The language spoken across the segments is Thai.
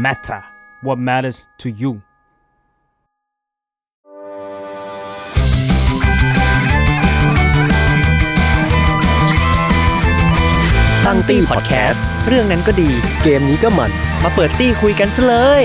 matter what matters to you ตั้งตี้พอดแคสต์เรื่องนั้นก็ดีเกมนี้ก็มันมาเปิดตี้คุยกันซะเลย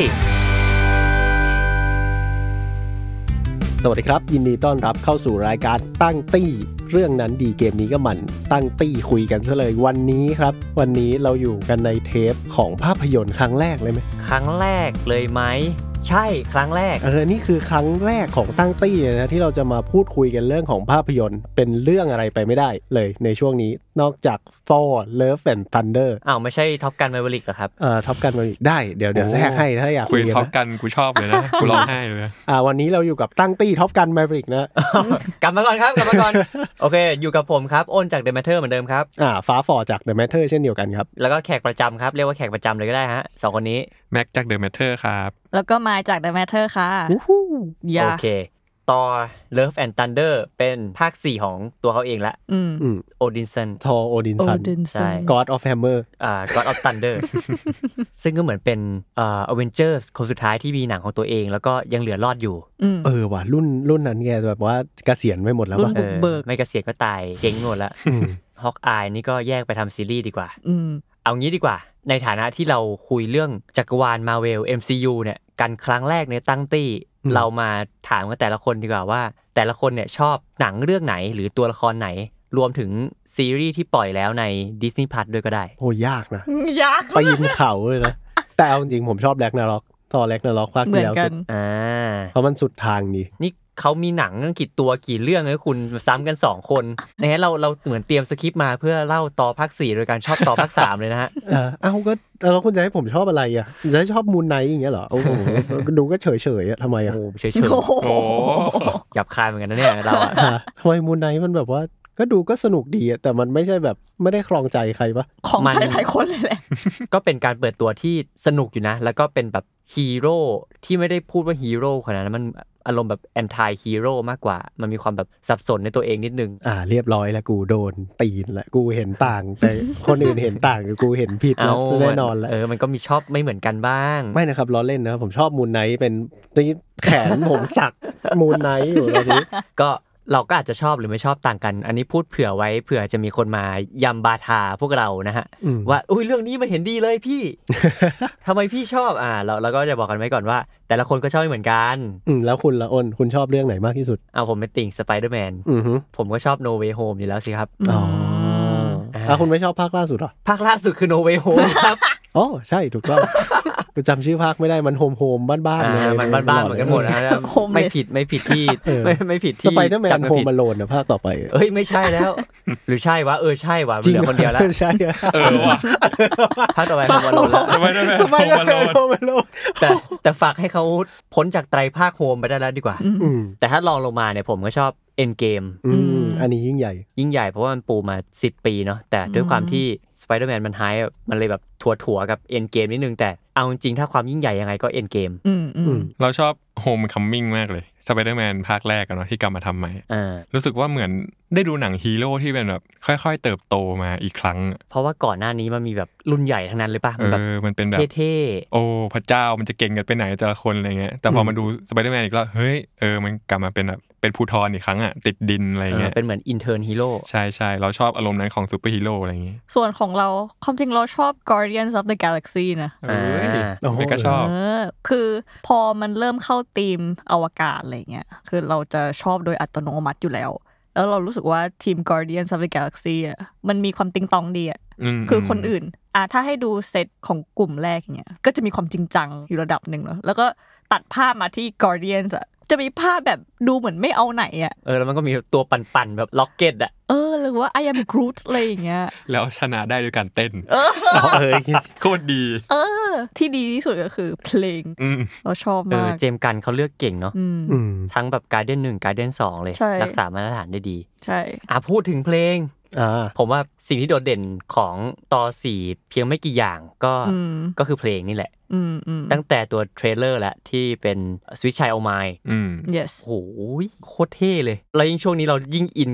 สวัสดีครับยินดีต้อนรับเข้าสู่รายการตั้งตี้เรื่องนั้นดีเกมนี้ก็มันตั้งตี้คุยกันซะเลยวันนี้ครับวันนี้เราอยู่กันในเทปของภาพยนตร์ครั้งแรกเลยไหมครั้งแรกเลยไหมใช่ครั้งแรกนี่คือครั้งแรกของตั้งตี้นะที่เราจะมาพูดคุยกันเรื่องของภาพยนตร์เป็นเรื่องอะไรไปไม่ได้เลยในช่วงนี้นอกจาก Thor Love and Thunder ไม่ใช่ Top Gun Maverick เหรอครับ Top Gun Maverick ได้เดี๋ยวแทรกให้ถ้าอยากคุย Top Gun กูชอบเลยนะกูร้องไห้เลยวันนี้เราอยู่กับตั้งตี้ Top Gun Maverick นะกลับมาก่อนครับกลับมาก่อน โอเคอยู่กับผมครับอ้นจาก The Matter เหมือนเดิมครับฟ้าฟอจาก The Matter เช่นเดียวกันครับแล้วก็แขกประจำครับเรียกว่าแขกประจำเลยก็ได้ฮะ2คนนี้แม็กจาก The Matter ครับแล้วก็มาจาก The Matter ค่ะโอเคThor Love and Thunder เป็นภาค4ของตัวเขาเองละโอดินสัน Thor Odinson ใช่ God of Hammer God of Thunder ซึ่งก็เหมือนเป็นAvengers คนสุดท้ายที่มีหนังของตัวเองแล้วก็ยังเหลือรอดอยู่ว่ะรุ่นนั้นแกแบบว่าเกษียณไปหมดแล้วป่ะไม่เกษียณก็ตายเจ๊งหมดแล้ว Hawkeye นี่ก็แยกไปทำซีรีส์ดีกว่าเอางี้ดีกว่าในฐานะที่เราคุยเรื่องจักรวาล Marvel MCU เนี่ยกันครั้งแรกในตั้งตี้เรามาถามกันแต่ละคนดีกว่าว่าแต่ละคนเนี่ยชอบหนังเรื่องไหนหรือตัวละครไหนรวมถึงซีรีส์ที่ปล่อยแล้วใน Disney Plus ด้วยก็ได้โอ้ยากนะไปยินเขาเลยนะแต่เอาจริงผมชอบ Ragnarok Thor Ragnarok ภาคที่แล้วสุดเพราะมันสุดทางดีนี่เขามีหนังกี่ตัวกี่เรื่องให้คุณซ้ำกัน2คนนะฮะเราเหมือนเตรียมสคริปต์มาเพื่อเล่าต่อภาค4โดยการชอบต่อภาค3เลยนะฮะก็แล้วคุณจะให้ผมชอบอะไรอ่ะจะให้ชอบมูนไนท์อย่างเงี้ยเหรอโอ้โหดูก็เฉยๆอ่ะทำไมอ่ะโอ้เฉยๆโอ้หยับคายเหมือนกันนะเนี่ยเราอ่ะทำไมมูนไนท์มันแบบว่าก็ดูก็สนุกดีอ่ะแต่มันไม่ใช่แบบไม่ได้ครองใจใครปะของใจหลายคนเลยแหละก็เป็นการเปิดตัวที่สนุกอยู่นะแล้วก็เป็นแบบฮีโร่ที่ไม่ได้พูดว่าฮีโร่ขนาดนั้นมันอารมณ์แบบแอนตี้ฮีโร่มากกว่ามันมีความแบบสับสนในตัวเองนิดนึงเรียบร้อยแล้วกูโดนตีนแหละกูเห็นต่างแต่คนอื่นเห็นต่างกูเห็นผิดแล้วแน่นอนแล้วมันก็มีชอบไม่เหมือนกันบ้างไม่นะครับล้อเล่นนะผมชอบมูนไนท์เป็นแขนผมสักมูนไนท์อยู่ตอนนี้ก็เราก็อาจจะชอบหรือไม่ชอบต่างกันอันนี้พูดเผื่อไว้เผื่อจะมีคนมายำบาทาพวกเรานะฮะว่าอุ้ยเรื่องนี้ไม่เห็นดีเลยพี่ ทำไมพี่ชอบเราก็จะบอกกันไว้ก่อนว่าแต่ละคนก็ชอบไม่เหมือนกันแล้วคุณละอ้นคุณชอบเรื่องไหนมากที่สุดผมเป็นติ่ง Spider-Man ผมก็ชอบ No Way Home อยู่แล้วสิครับคุณไม่ชอบภาคล่าสุดหรอภาคล่าสุดคือ No Way Home ครับอ๋อใช่ถูกต้องกูจำชื่อภาคไม่ได้มันโฮมบ้านๆเลยมันบ้านๆเหมือนกันหมดนะไม่ผิดที่ไม่ผิดที่ Spider-Man Home Alone นะภาคต่อไปไม่ใช่แล้วหรือใช่วะใช่วะเหลือคนเดียวแล้วใช่ว่ะภาคต่อไป Home Alone แล้ว Spider-Man Home Alone แต่ฝากให้เขาพ้นจากไตรภาคโฮมไปได้แล้วดีกว่าแต่ถ้าลองลงมาเนี่ยผมก็ชอบEndgame อันนี้ยิ่งใหญ่เพราะว่ามันปูมา10 ปีเนาะแต่ด้วยความที่ Spider-Man มันไฮมันเลยแบบถั่วกับ Endgame นิดนึงแต่เอาจริงๆถ้าความยิ่งใหญ่ยังไงก็ Endgame เราชอบ Homecoming มากเลย Spider-Man ภาคแรกเนาะที่กลับมาทำใหม่รู้สึกว่าเหมือนได้ดูหนังฮีโร่ที่เป็นแบบค่อยๆเติบโตมาอีกครั้งเพราะว่าก่อนหน้านี้มันมีแบบรุ่นใหญ่ทั้งนั้นเลยป่ะมันเป็นแบบเท่ๆโอ้พระเจ้ามันจะเก่งกันไปไหนแต่ละคนอะไรเงี้ยแต่พอมาดู Spider-Man อีกแล้วเฮ้ยมันกลับมาเป็นแบบเป็นภูทรอีกครั้งอ่ะติดดินอะไรเงี้ยเป็นเหมือนอินเทิร์นฮีโร่ใช่ๆเราชอบอารมณ์นั้นของซูเปอร์ฮีโร่อะไรอย่างงี้ส่วนของเราความจริงเราชอบ Guardians of the Galaxy นะก็ชอบคือพอมันเริ่มเข้าธีมอวกาศอะไรเงี้ยคือเราจะชอบโดยอัตโนมัติอยู่แล้วเรารู้สึกว่าทีม Guardians of the Galaxy อ่ะมันมีความติงตองดีอ่ะคือคนอื่นถ้าให้ดูเซตของกลุ่มแรกอย่างเงี้ยก็จะมีความจริงจังอยู่ระดับนึงเนาะแล้วก็ตัดภาพมาที่ Guardians อ่ะจะมีภาพแบบดูเหมือนไม่เอาไหนอ่ะแล้วมันก็มีตัวปั่นๆแบบล็อกเก็ตอ่ะหรือว่า I am Groot อะไรอย่างเงี้ยแล้วชนะได้ด้วยการเต้นโคตรดีที่ดีที่สุดก็คือเพลงเราชอบมากเจมส์กันเขาเลือกเก่งเนาะทั้งแบบ Guardian 1 Guardian 2เลยรักษามาตรฐานได้ดีใช่พูดถึงเพลงผมว่าสิ่งที่โดดเด่นของตอ4เพียงไม่กี่อย่างก็คือเพลงนี่แหละตั้งแต่ตัวเทรลเลอร์และที่เป็น Sweet Child O' Mine yes โหโคตรเท่เลยแล้วยิ่งช่วงนี้เรายิ่งอินกับ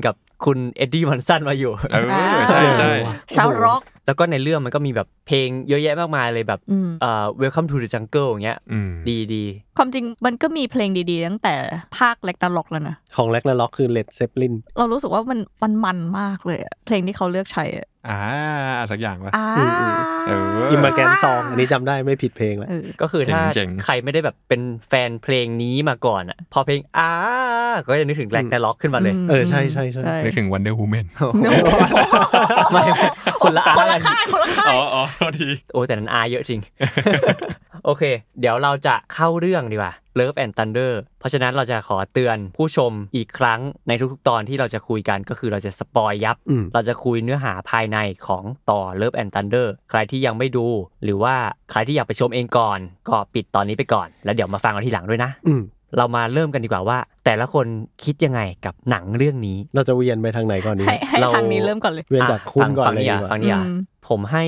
คุณเอ็ดดี้มันสันมาอยู่ใช่ชาวร็อกแล้วก็ในเรื่องมันก็มีแบบเพลงเยอะแยะมากมายเลยแบบWelcome to the Jungle อย่างเงี้ยดีความจริงมันก็มีเพลงดีๆตั้งแต่ภาคแร็กนาร็อกแล้วนะของแร็กนาร็อกคือ Led Zeppelin เรารู้สึกว่ามันมากเลยอะเพลงที่เขาเลือกใช้สักอย่างวะอิมมาแกนซองอันนี้จำได้ไม่ผิดเพลงแล้วก็คือถ้าใครไม่ได้แบบเป็นแฟนเพลงนี้มาก่อนอ่ะพอเพลงก็จะนึกถึงแร็กนาร็อกขึ้นมาเลยใช่นึกถึง Wonder Woman ไม่คนละคนละค่ายโทษทีโอ้แต่นั้นเยอะจริงโอเคเดี๋ยวเราจะเข้าเรื่องดีกว่า Love and Thunder เพราะฉะนั้นเราจะขอเตือนผู้ชมอีกครั้งในทุกๆตอนที่เราจะคุยกันก็คือเราจะสปอยยับเราจะคุยเนื้อหาภายในของต่อ Love and Thunder ใครที่ยังไม่ดูหรือว่าใครที่อยากไปชมเองก่อนก็ปิดตอนนี้ไปก่อนแล้วเดี๋ยวมาฟังกันทีหลังด้วยนะเรามาเริ่มกันดีกว่าว่าแต่ละคนคิดยังไงกับหนังเรื่องนี้เราจะเวียนไปทางไหนก่อนนี้ให้ทางนี้เริ่มก่อนเลยเวียนจากคุณก่อนเลยฟังนี่ผมให้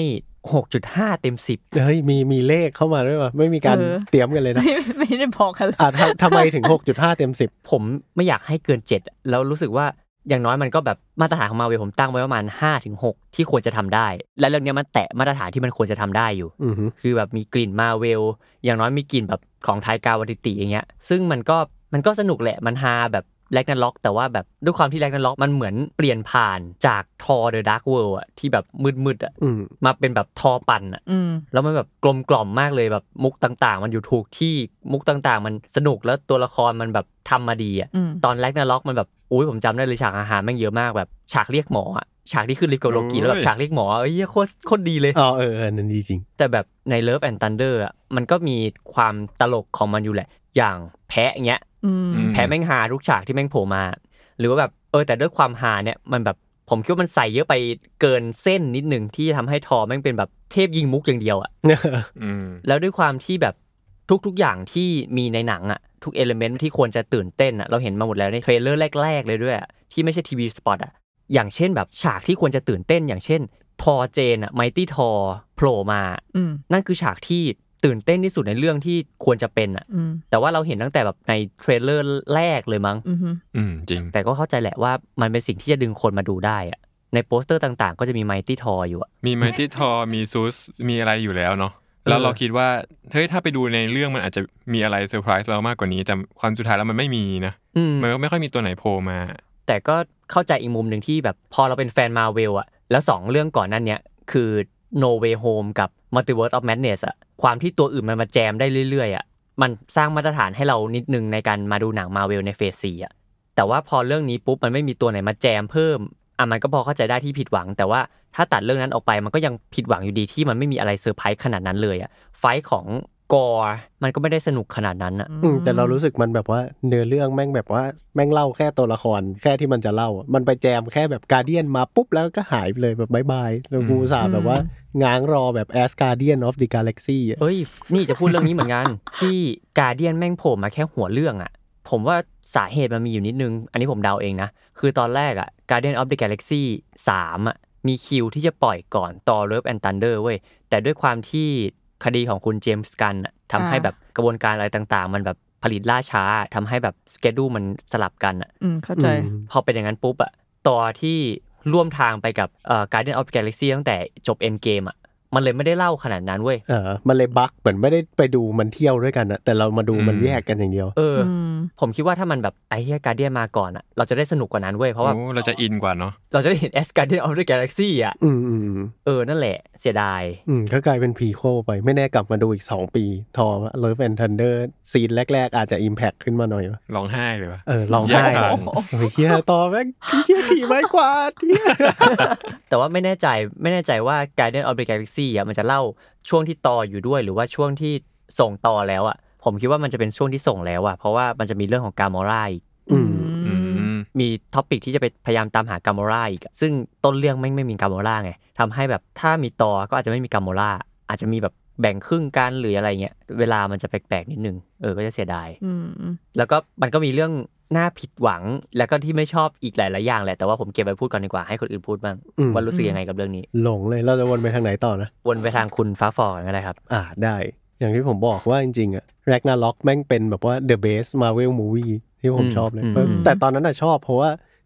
6.5 เต็ม 10 เฮ้ยมีเลขเข้ามาด้วยป่ะไม่มีการเตรียมกันเลยนะไม่ได้บอกกันทำไมถึง 6.5 เต็ม 10 ผมไม่อยากให้เกิน7แล้วรู้สึกว่าอย่างน้อยมันก็แบบมาตรฐานของ Marvel ผมตั้งไว้ประมาณ 5-6 ที่ควรจะทำได้และเรื่องนี้มันแตะมาตรฐานที่มันควรจะทำได้อยู่คือแบบมีกลิ่น Marvel อย่างน้อยมีกลิ่นแบบของไทกาวาติติอย่างเงี้ยซึ่งมันก็สนุกแหละมันฮาแบบแร็กนาร็อกแต่ว่าแบบด้วยความที่แร็กนาร็อกมันเหมือนเปลี่ยนผ่านจากทอ The Dark World อ่ะที่แบบมืดๆอ่ะมาเป็นแบบทอปั่นอ่ะแล้วมันแบบกลมกล่อมมากเลยแบบมุกต่างๆมันอยู่ถูกที่มุกต่างๆมันสนุกแล้วตัวละครมันแบบทำมาดีอ่ะตอนแร็กนาร็อกมันแบบอุ้ยผมจำได้เลยฉากอาหารแม่งเยอะมากแบบฉากเรียกหมออ่ะฉากที่ขึ้นลิฟต์กับโลกิแล้วแบบฉากเรียกหมอโคตรดีเลยนั่นดีจริงแต่แบบใน Love and Thunder อ่ะมันก็มีความตลกของมันอยู่แหละอย่างแพะเงี้ยแพ้แม่งหาทุกฉากที่แม่งโผล่มาหรือว่าแบบแต่ด้วยความหาเนี่ยมันแบบผมคิดว่ามันใส่เยอะไปเกินเส้นนิดนึงที่ทำให้ทอแม่งเป็นแบบเทพยิงมุกอย่างเดียวอ่ะแล้วด้วยความที่แบบทุกอย่างที่มีในหนังอ่ะทุกเอลิเมนต์ที่ควรจะตื่นเต้นอ่ะเราเห็นมาหมดแล้วในเทรลเลอร์แรกๆเลยด้วยที่ไม่ใช่ทีวีสปอตอ่ะอย่างเช่นแบบฉากที่ควรจะตื่นเต้นอย่างเช่นทอเจนอ่ะไมตี้ทอโผล่มานั่นคือฉากที่ตื่นเต้นที่สุดในเรื่องที่ควรจะเป็นอ่ะแต่ว่าเราเห็นตั้งแต่แบบในเทรลเลอร์แรกเลยมั้งจริงแต่ก็เข้าใจแหละว่ามันเป็นสิ่งที่จะดึงคนมาดูได้อ่ะในโปสเตอร์ต่างๆก็จะมีไมตี้ทออยู่อ่ะมีไมตี้ทอมีซูสมีอะไรอยู่แล้วเนาะแล้วเราคิดว่าเฮ้ยถ้าไปดูในเรื่องมันอาจจะมีอะไรเซอร์ไพรส์เรามากกว่านี้แต่ความสุดท้ายแล้วมันไม่มีนะมันก็ไม่ค่อยมีตัวไหนโผล่มาแต่ก็เข้าใจอีกมุมนึงที่แบบพอเราเป็นแฟน Marvel อ่ะแล้ว2เรื่องก่อนนั้นเนี่ยคือ No Way Home กับ Multiverse of Madness อ่ะความที่ตัวอื่นมันมาแจมได้เรื่อยๆอ่ะมันสร้างมาตรฐานให้เรานิดนึงในการมาดูหนัง Marvel ในเฟส 4อ่ะแต่ว่าพอเรื่องนี้ปุ๊บมันไม่มีตัวไหนมาแจมเพิ่มมันก็พอเข้าใจได้ที่ผิดหวังแต่ว่าถ้าตัดเรื่องนั้นออกไปมันก็ยังผิดหวังอยู่ดีที่มันไม่มีอะไรเซอร์ไพรส์ขนาดนั้นเลยอ่ะไฟท์ของกอร์มันก็ไม่ได้สนุกขนาดนั้นอ่ะแต่เรารู้สึกมันแบบว่าเนื้อเรื่องแม่งแบบว่าแม่งเล่าแค่ตัวละครแค่ที่มันจะเล่ามันไปแจมแค่แบบการ์เดียนมาปุ๊บแล้วก็หายไปเลยแบบบายบายแล้วกูอุตส่าห์แบบว่าง้างรอแบบ As Guardian of the Galaxy เฮ้ยนี่จะพูดเรื่องนี้เหมือนกันที่การ์เดียนแม่งโผล่มาแค่หัวเรื่องอ่ะผมว่าสาเหตุมันมีอยู่นิดนึงอันนี้ผมเดาเองนะคือตอนแรกอ่ะ Guardian of the Galaxy 3อ่ะมีคิวที่จะปล่อยก่อนต่อ Love and Thunder เว้ยแต่ด้วยความที่คดีของคุณเจมส์กันทำให้แบบกระบวนการอะไรต่างๆมันแบบผลิตล่าช้าทำให้แบบสเกดูมันสลับกันอ่ะเข้าใจพอเป็นอย่างนั้นปุ๊บอ่ะต่อที่ร่วมทางไปกับGuardian of the Galaxy ตั้งแต่จบ Endgame อ่ะมันเลยไม่ได้เล่าขนาดนั้นเว้ยมันเลยบั๊กเหมือนไม่ได้ไปดูมันเที่ยวด้วยกันนะแต่เรามาดูมันแยกกันอย่างเดียวผมคิดว่าถ้ามันแบบไอ้เหี้ย Guardian มาก่อนอ่ะเราจะได้สนุกกว่านั้นเว้ยเพราะว่าเราจะอินกว่าเนาะเราจะได้เห็น As Guardian of the Galaxy อ่ะนั่นแหละเสียดายก็กลายเป็นพรีโคลไปไม่แน่กลับมาดูอีก2ปีทอ Love and Thunder ซีนแรกๆอาจจะ impact ขึ้นมาหน่อยร้องไห้เลยวะร้องไห้โอ้ยเหี้ยต่อแม่งเหี้ยขี่ไม้กวาดแต่ว่าไม่แน่ใจว่า Guardian of the Galaxy อ่ะมันจะเล่าช่วงที่ต่ออยู่ด้วยหรือว่าช่วงที่ส่งต่อแล้วอ่ะผมคิดว่ามันจะเป็นช่วงที่ส่งแล้วอ่ะเพราะว่ามันจะมีเรื่องของกามอร่าอีกมีท็อปิกที่จะไปพยายามตามหากามอร่าอีกซึ่งต้นเรื่องไม่มีกามอร่าไงทำให้แบบถ้ามีต่อก็อาจจะไม่มีกามอร่าอาจจะมีแบบแบ่งครึ่งกันหรืออะไรเงี้ยเวลามันจะแปลกๆนิดนึงก็จะเสียดายแล้วก็มันก็มีเรื่องน่าผิดหวังแล้วก็ที่ไม่ชอบอีกหลายๆอย่างแหละแต่ว่าผมเก็บไว้พูดก่อนดีกว่าให้คนอื่นพูดบ้างว่ารู้สึกยังไงกับเรื่องนี้หลงเลยเราจะวนไปทางไหนต่อนะวนไปทางคุณฟ้าฟอก็ได้ครับได้อย่างที่ผมบอกว่าจริงๆอะ Ragnarok แม่งเป็นแบบว่า the best Marvel movie ที่ผมชอบเลยแต่ตอนนั้นชอบเพราะว่า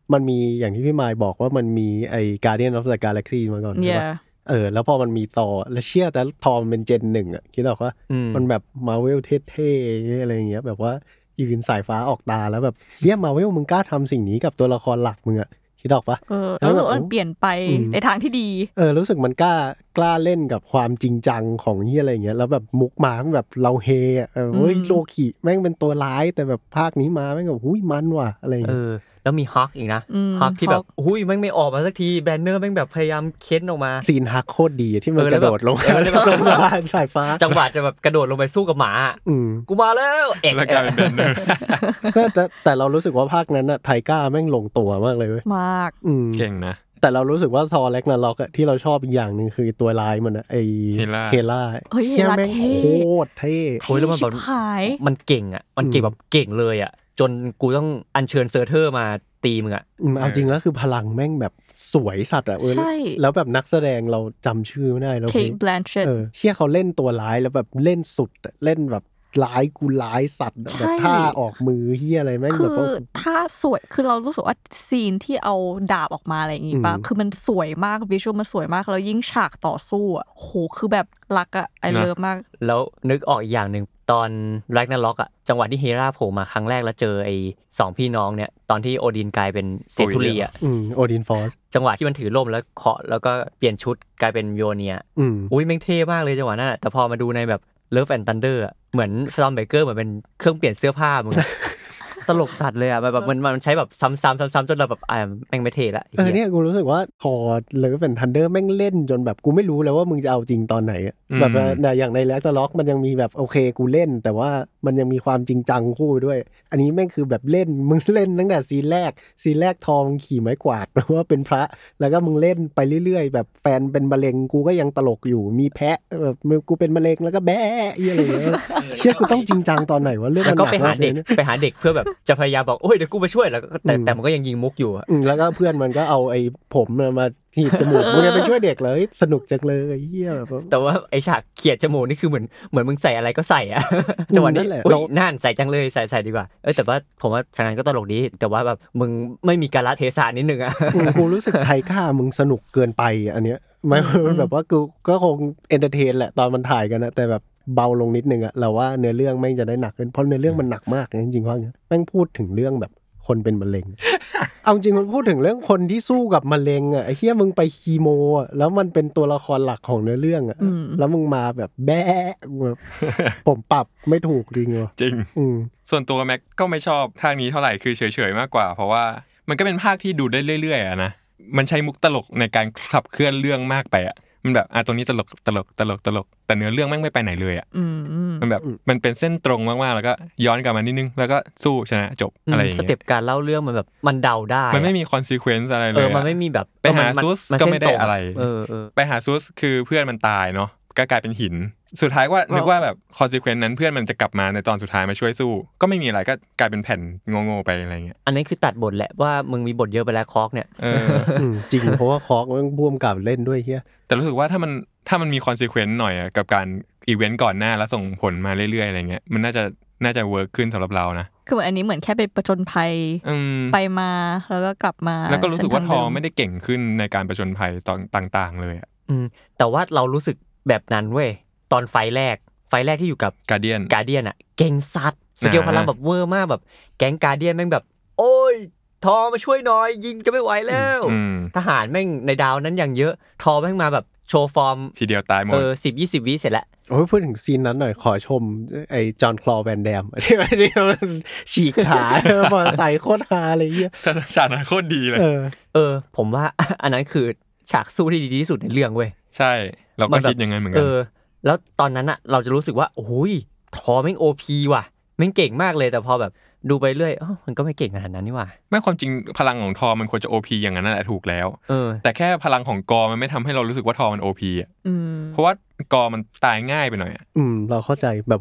มันมีอย่างที่พี่มายบอกว่ามันมีไอ้ Guardian of the Galaxy มาก่อนใช่ปะแล้วพอมันมีตอแล้วเชื่อแต่ทอมเป็นเจน1อ่ะคิดออกว่ามันแบบ Marvel เท่ๆอะไรอย่างเงี้ยแบบว่ายืนสายฟ้าออกตาแล้วแบบเรียก Marvel มึงกล้าทำสิ่งนี้กับตัวละครหลักมึงอ่ะคิดออกปะแล้วรู้สึกมันเปลี่ยนไปในทางที่ดีรู้สึกมันกล้าเล่นกับความจริงจังของเหี้ยอะไรอย่างเงี้ยแล้วแบบมุกมาแบบเราเฮอ่ะเฮ้ยโลคิแม่งเป็นตัวร้ายแต่แบบภาคนี้มาแม่งแบบหุ้ยมันว่ะอะไรอย่างเงี้ยแล้วมีฮอกอีกนะฮอกที่แบบหุ้ยแม่งไม่ออกมาสักทีแบนเนอร์แม่งแบบพยายามเค้นออกมาซีนฮักโคตรดีที่มันกระโดดลงสะพานสายฟ้าจังหวะจะแบบกระโดดลงไปสู้กับหมากูมาแล้วแล้วกลายเป็นแบนเนอร์แต่เรารู้สึกว่าภาคนั้นน่ะไทก้าแม่งลงตัวมากเลยเว้ยมากเก่งนะแต่เรารู้สึกว่าทอร์แร็กนาร็อกอะที่เราชอบอีกอย่างนึงคือตัวลายมันอะไอเฮล่าเฮียแม่งโคตรเท่โอ้ยแล้วมันแบบมันเก่งอะมันเก่งแบบเก่งเลยอะจนกูต้องอัญเชิญเซอร์เทอร์มาตีมึงอ่ะเอาจริงแล้วคือพลังแม่งแบบสวยสัตว์อ่ะแล้วแบบนักแสดงเราจำชื่อไม่ได้แล้ว Kate Blanchett เชี่ยเขาเล่นตัวร้ายแล้วแบบเล่นสุดเล่นแบบร้ายกูร้ายสัตว์แบบท่าออกมือเฮียอะไรแม่งแบบคือท่าสวยคือเรารู้สึกว่าซีนที่เอาดาบออกมาอะไรอย่างงี้ป่ะคือมันสวยมากวิชวลมันสวยมากแล้วยิ่งฉากต่อสู้อ่ะโหคือแบบรักอ่ะไอเลิฟมากแล้วนึกออกอีกอย่างนึงตอนแร็กนาร็อกอ่ะจังหวะที่เฮราโผล่มาครั้งแรกแล้วเจอไอ้2พี่น้องเนี่ยตอนที่โอดินกลายเป็นเซทูรีอ่ะโอดินฟอร์สจังหวะที่มันถือร่มแล้วเคาะแล้วก็เปลี่ยนชุดกลายเป็นโยเนียอุ้ยแม่งเท่มากเลยจังหวะนั้นแต่พอมาดูในแบบ Love and Thunder อ่ะเหมือน Stormbreaker เหมือนเป็นเครื่องเปลี่ยนเสื้อผ้ามึงตลกสัตว์เลยอ่ะแบบมันใช้แบบซ้ำๆจนเราแบบแม่งไม่เท่ละเนี่ยกูรู้สึกว่าพอเลยเป็นทันเดอร์แม่งเล่นจนแบบกูไม่รู้แล้วว่ามึงจะเอาจริงตอนไหนแบบอย่างในแร็กนาร็อกมันยังมีแบบโอเคกูเล่นแต่ว่ามันยังมีความจริงจังคู่ไปด้วยอันนี้แม่งคือแบบเล่นมึงเล่นตั้งแต่ซีนแรกทองขี่ไม้กวาดเพราะว่าเป็นพระแล้วก็มึงเล่นไปเรื่อยๆแบบแฟนเป็นมะเร็งกูก็ยังตลกอยู่มีแพะแบบกูเป็นมะเร็งแล้วก็แบ๊ะอะไรอย่างเงี้ยเชื่อกูต้องจริงจังตอนไหนวะเรื่องมันก็ไปหาเด็กเพื่อแบบจะพยายามบอกโอ้ยเดี๋ยวกูไปช่วยแล้วแต่มันก็ยังยิงมุกอยู่แล้วก็เพื่อนมันก็เอาไอ้ผมมาฉีดจมูกมึงไปช่วยเด็กเลยสนุกจังเลยเหี้ยแบบแต่ว่าไอ้ฉากเขียดจมูกนี่คือเหมือนมึงใส่อะไรก็ใส่อะจังหวะนี้นั่นใส่จังเลยใส่ดีกว่าแต่ว่าผมว่าฉากนั้นก็ตลกดีแต่ว่าแบบมึงไม่มีกาลเทศะนิดนึงอะกูรู้สึกไทก้ามึงสนุกเกินไปอันเนี้ยมันแบบว่ากูก็คงเอนเตอร์เทนแหละตอนมันถ่ายกันนะแต่แบบเบาลงนิดนึงอะเราว่าเนื้อเรื่องแม่งจะได้หนักขึ้นเพราะเนื้อเรื่องมันหนักมากจริงๆว่าแม่งพูดถึงเรื่องแบบคนเป็นมะเร็งเอาจริงมันพูดถึงเรื่องคนที่สู้กับมะเร็งอ่ะไอ้เหี้ยมึงไปคีโมอ่ะแล้วมันเป็นตัวละครหลักของเนื้อเรื่องอ่ะแล้วมึงมาแบบแบ๊ะแบบผมปรับไม่ถูกจริงจริงส่วนตัวแม็กก็ไม่ชอบภาคนี้เท่าไหร่คือเฉยๆมากกว่าเพราะว่ามันก็เป็นภาคที่ดูได้เรื่อยๆอ่ะนะมันใช้มุกตลกในการขับเคลื่อนเรื่องมากไปอ่ะมันแบบตรงนี้ตลกแต่เนื้อเรื่องแม่งไม่ไปไหนเลยอ่ะมันแบบมันเป็นเส้นตรงมากๆแล้วก็ย้อนกลับมานิดนึงแล้วก็สู้ชนะจบอะไรอย่างเงี้ยสเต็ปการเล่าเรื่องมันแบบมันเดาได้มันไม่มีคอนซีเควนซ์อะไรเลยมันไม่มีแบบไปหาซูสก็ไม่ได้อะไรไปหาซูสคือเพื่อนมันตายเนาะก็กลายเป็นหินสุดท้ายว่านึกว่าแบบคอนซีเควนซ์นั้นเพื่อนมันจะกลับมาในตอนสุดท้ายมาช่วยสู้ก็ไม่มีอะไรก็กลายเป็นแผ่นโง่ๆไปอะไรเงี้ยอันนี้คือตัดบทแหละว่ามึงมีบทเยอะไปแล้วคอกเนี่ยจริงเพราะว่าคอกมันบวมกับเล่นด้วยเฮียแต่รู้สึกว่าถ้ามันมีคอนซีเควนซ์หน่อยอ่ะกับการอีเวนต์ก่อนหน้าแล้วส่งผลมาเรื่อยๆอะไรเงี้ยมันน่าจะเวิร์คขึ้นสำหรับเรานะคืออันนี้เหมือนแค่ไปประจนภัยไปมาแล้วก็กลับมาแล้วก็รู้สึกว่าทอไม่ได้เก่งขึ้นในการประจนภัยต่างๆเลยอ่ะแต่ว่าเรารู้สึกแบบนั้นเว้ยตอนไฟแรกที่อยู่กับการ์เดียนอ่ะเก่งสัตว์สเกลพลังแบบเวอร์มากแบบแก๊งการ์เดียนแม่งแบบโอ้ยทอมาช่วยหน่อยยิงจะไม่ไหวแล้วทหารแม่งในดาวนั้นอย่างเยอะทอแม่งมาแบบโชว์ฟอร์มทีเดียวตายหมด 10-20 วิเสร็จแล้วโอ้ยพูดถึงซีนนั้นหน่อยขอชมไอ้จอห์นคลอว์แวนแดมที่มันฉีกขาพอใส่โคตรฮาอะไรเงี้ยฉากนั้นโคตรดีเลยผมว่าอันนั้นคือฉากสู้ที่ดีที่สุดในเรื่องเว้ยใช่เราก็คิดอย่างนั้นเหมือนกันแล้วตอนนั้นอะเราจะรู้สึกว่าโอ้ยทอแม่ง OP ว่ะแม่งเก่งมากเลยแต่พอแบบดูไปเรื่อยมันก็ไม่เก่งขนาดนั้นนี่หว่าไม่ความจริงพลังของทอมันควรจะ OP อย่างนั้นนั่นแหละถูกแล้วแต่แค่พลังของกอมันไม่ทำให้เรารู้สึกว่าทอมัน OP อ่ะเพราะว่ากอมันตายง่ายไปหน่อยเราเข้าใจแบบว่า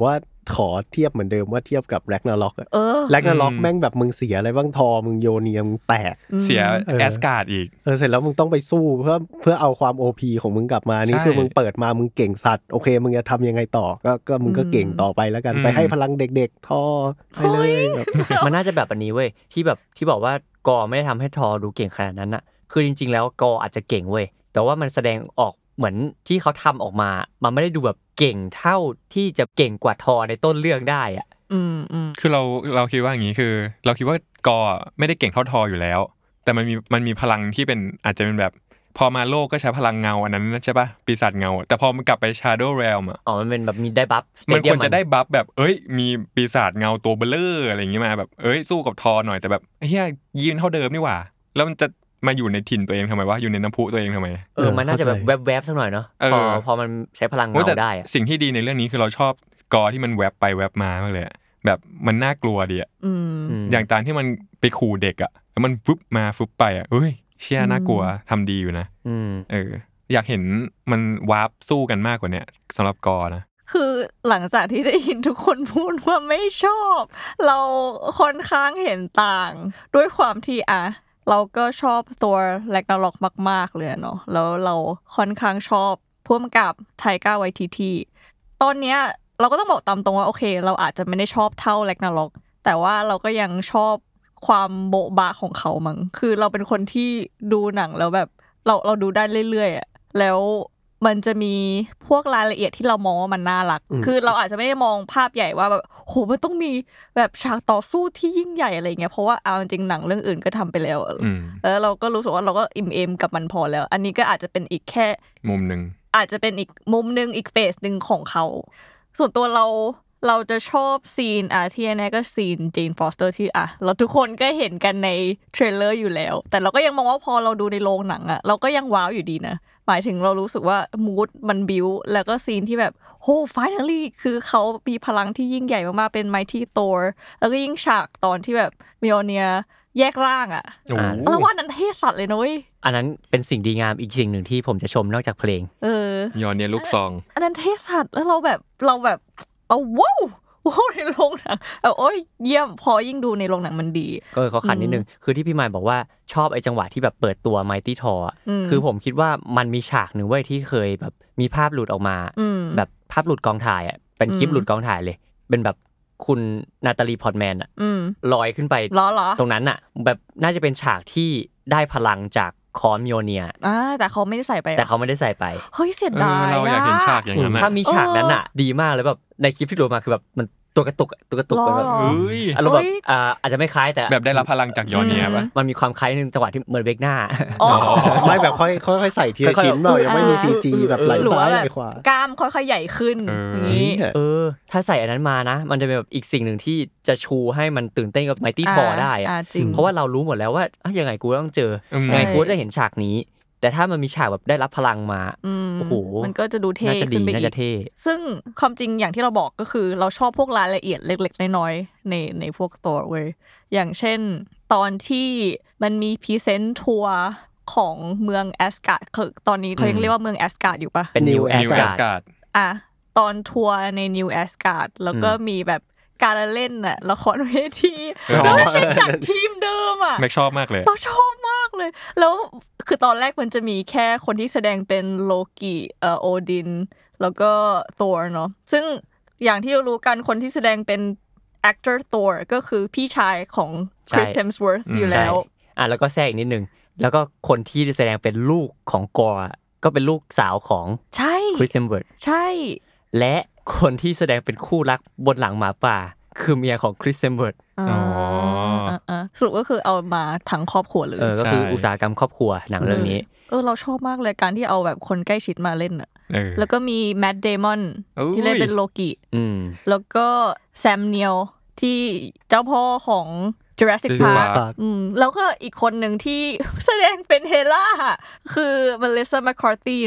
ขอเทียบเหมือนเดิมว่าเทียบกับแร็กนาร็อกแร็กนาร็อกแม่งแบบมึงเสียอะไรบ้างทอมึงโยเนียมึงแตกเสียแอสการ์ดอีกเสร็จแล้วมึงต้องไปสู้เพื่อเอาความ OP ของมึงกลับมานี่คือมึงเปิดมามึงเก่งสัตว์โอเคมึงจะทำยังไงต่อก็มึงก็เก่งต่อไปแล้วกันไปให้พลังเด็กๆทอไปเลยมันน่าจะแบบอันนี้เว้ยที่บอกว่ากอไม่ได้ทำให้ทอดูเก่งขนาดนั้นน่ะคือจริงๆแล้วกออาจจะเก่งเว้ยแต่ว่ามันแสดงออกเหมือนที่เขาทำออกมามันไม่ได้ดูแบบเก่งเท่าที่จะเก่งกว่าทอในต้นเรื่องได้อ่ะคือเราคิดว่าอย่างนี้คือเราคิดว่ากอไม่ได้เก่งเท่าทออยู่แล้วแต่มันมีพลังที่เป็นอาจจะเป็นแบบพอมาโลกก็ใช้พลังเงาอันนั้นใช่ป่ะปีศาจเงาแต่พอมันกลับไป Shadow Realm อ่ะมันเป็นแบบมีได้บัฟมันควรจะได้บัฟแบบมีปีศาจเงาตัวเบลออะไรอย่างงี้มาแบบสู้กับทอหน่อยแต่แบบเฮียยืนเท่าเดิมนี่หว่าแล้วมันจะมาอยู่ในถิ่นตัวเองทำไมวะอยู่ในน้ำพุตัวเองทำไมมันน่าจะแบบแวบๆสักหน่อยเนาะพอมันใช้พลังเงาได้สิ่งที่ดีในเรื่องนี้คือเราชอบกอที่มันแวบไปแวบมามากเลยแบบมันน่ากลัวดีอ่ะอย่างตอนที่มันไปขู่เด็กอ่ะแล้วมันฟึบมาฟึบไปอ่ะเชี่ยน่ากลัวทำดีอยู่นะอยากเห็นมันวาร์ปสู้กันมากกว่านี้สำหรับกอนะคือหลังจากที่ได้ยินทุกคนพูดว่าไม่ชอบเราค่อนข้างเห็นต่างด้วยความที่เราก็ชอบตัวแร็กนาร็อกมากๆเลยเนาะแล้วเราค่อนข้างชอบผู้กำกับไทก้าไวทิติตอนเนี้ยเราก็ต้องบอกตามตรงว่าโอเคเราอาจจะไม่ได้ชอบเท่าแร็กนาร็อกแต่ว่าเราก็ยังชอบความโบ๊ะบะของเขามั้งคือเราเป็นคนที่ดูหนังแล้วแบบเราดูได้เรื่อยๆอ่ะแล้วมันจะมีพวกรายละเอียดที่เรามองว่ามันน่ารักคือเราอาจจะไม่ได้มองภาพใหญ่ว่าแบบโหมันต้องมีแบบฉากต่อสู้ที่ยิ่งใหญ่อะไรเงี้ยเพราะว่าเอาจริงหนังเรื่องอื่นก็ทำไปแล้วเราก็รู้สึกว่าเราก็อิ่มเอมกับมันพอแล้วอันนี้ก็อาจจะเป็นอีกแค่มุมนึงอาจจะเป็นอีกมุมนึงอีกเฟสนึงของเขาส่วนตัวเราจะชอบซีนที่แน่ก็ซีนจีนฟอสเตอร์ที่เราทุกคนก็เห็นกันในเทรลเลอร์อยู่แล้วแต่เราก็ยังมองว่าพอเราดูในโรงหนังเราก็ยังว้าวอยู่ดีนะหมายถึงเรารู้สึกว่ามูดมันบิ้วแล้วก็ซีนที่แบบโห finally คือเขามีพลังที่ยิ่งใหญ่มากๆเป็น Mighty Thor แล้วก็ยิ่งฉากตอนที่แบบมิโอเนียแยกร่างแล้วว่านั้นเท่สัตว์เลยนะเว้ยอันนั้นเป็นสิ่งดีงามอีกสิ่งหนึ่งที่ผมจะชมนอกจากเพลงมิโอเนียลูกซองอันนั้นเท่สัตว์แล้วเราแบบว้าวในโรงหนังเยี่ยมพอยิ่งดูในโรงหนังมันดีก็เขาขันนิดนึงคือที่พี่มายบอกว่าชอบไอ้จังหวะที่แบบเปิดตัว Mighty Thor คือผมคิดว่ามันมีฉากนึงเว้ยที่เคยแบบมีภาพหลุดออกมาแบบภาพหลุดกองถ่ายเป็นคลิปหลุดกองถ่ายเลยเป็นแบบคุณนาตาลีพอร์ตแมนลอยขึ้นไปตรงนั้นแบบน่าจะเป็นฉากที่ได้พลังจากคอมิโอเนียแต่เขาไม่ได้ใส่ไปเฮ้ยเสียดายเราอยากเห็นฉากอย่างนั้นถ้ามีฉากนั้นดีมากเลยแบบในคลิปที่ดูมาคือแบบมันตัวกระตุกแบบอารมณ์แบบอาจจะไม่คล้ายแต่แบบได้รับพลังจากยอเนียป่ะมันมีความคล้ายนึงจังหวะที่เหมือนเวกหน้าไม่แบบค่อยๆใส่ทีละชิ้นหน่อยยังไม่มี CG แบบไหลซ้ายไหลขวากล้ามค่อยๆใหญ่ขึ้นนี้ถ้าใส่อันนั้นมานะมันจะเป็นแบบอีกสิ่งหนึ่งที่จะชูให้มันตื่นเต้นกับ Mighty Thor ได้เพราะว่าเรารู้หมดแล้วว่ายังไงกูต้องเจอยังไงกูจะเห็นฉากนี้แต่ถ้ามันมีฉากแบบได้รับพลังมาโอ้โหมันก็จะดูเท่ขึ้นไปอีกซึ่งความจริงอย่างที่เราบอกก็คือเราชอบพวกรายละเอียดเล็กๆน้อยๆในพวกตัวเว้ยอย่างเช่นตอนที่มันมีพรีเซนต์ทัวร์ของเมืองแอสการ์ดคือตอนนี้เขายังเรียกว่าเมืองแอสการ์ดอยู่ปะเป็นนิวแอสการ์ดตอนทัวร์ในนิวแอสการ์ดแล้วก็มีแบบการเล่นละครเวทีไม่ใช่จากทีมเดิมไม่ชอบมากเลยเราชอบมากเลยแล้วคือตอนแรกมันจะมีแค่คนที่แสดงเป็นโลกิโอดินแล้วก็ทอร์เนาะซึ่งอย่างที่เรารู้กันคนที่แสดงเป็น actor Thor ก็คือพี่ชายของ Chris Hemsworth อยู่แล้วแล้วก็แทรกอีกนิดนึงแล้วก็คนที่แสดงเป็นลูกของกอร์ก็เป็นลูกสาวของ Chris Hemsworth ใช่และคนที่แสดงเป็นคู่รักบนหลังหมาป่าคือเมียของคริสเซมเบิร์ตสรุปก็คือเอามาทั้งครอบครัวเลยก็คืออุตสาหกรรมครอบครัวหนังเรื่องนี้เราชอบมากเลยการที่เอาแบบคนใกล้ชิดมาเล่นแล้วก็มีแมทเดมอนที่เล่นเป็นโลกิแล้วก็แซมเนียลที่เจ้าพ่อของ Jurassic Park แล้วก็อีกคนหนึ่งที่แสดงเป็นเฮล่าคือ Melissa McCarthy เนาะ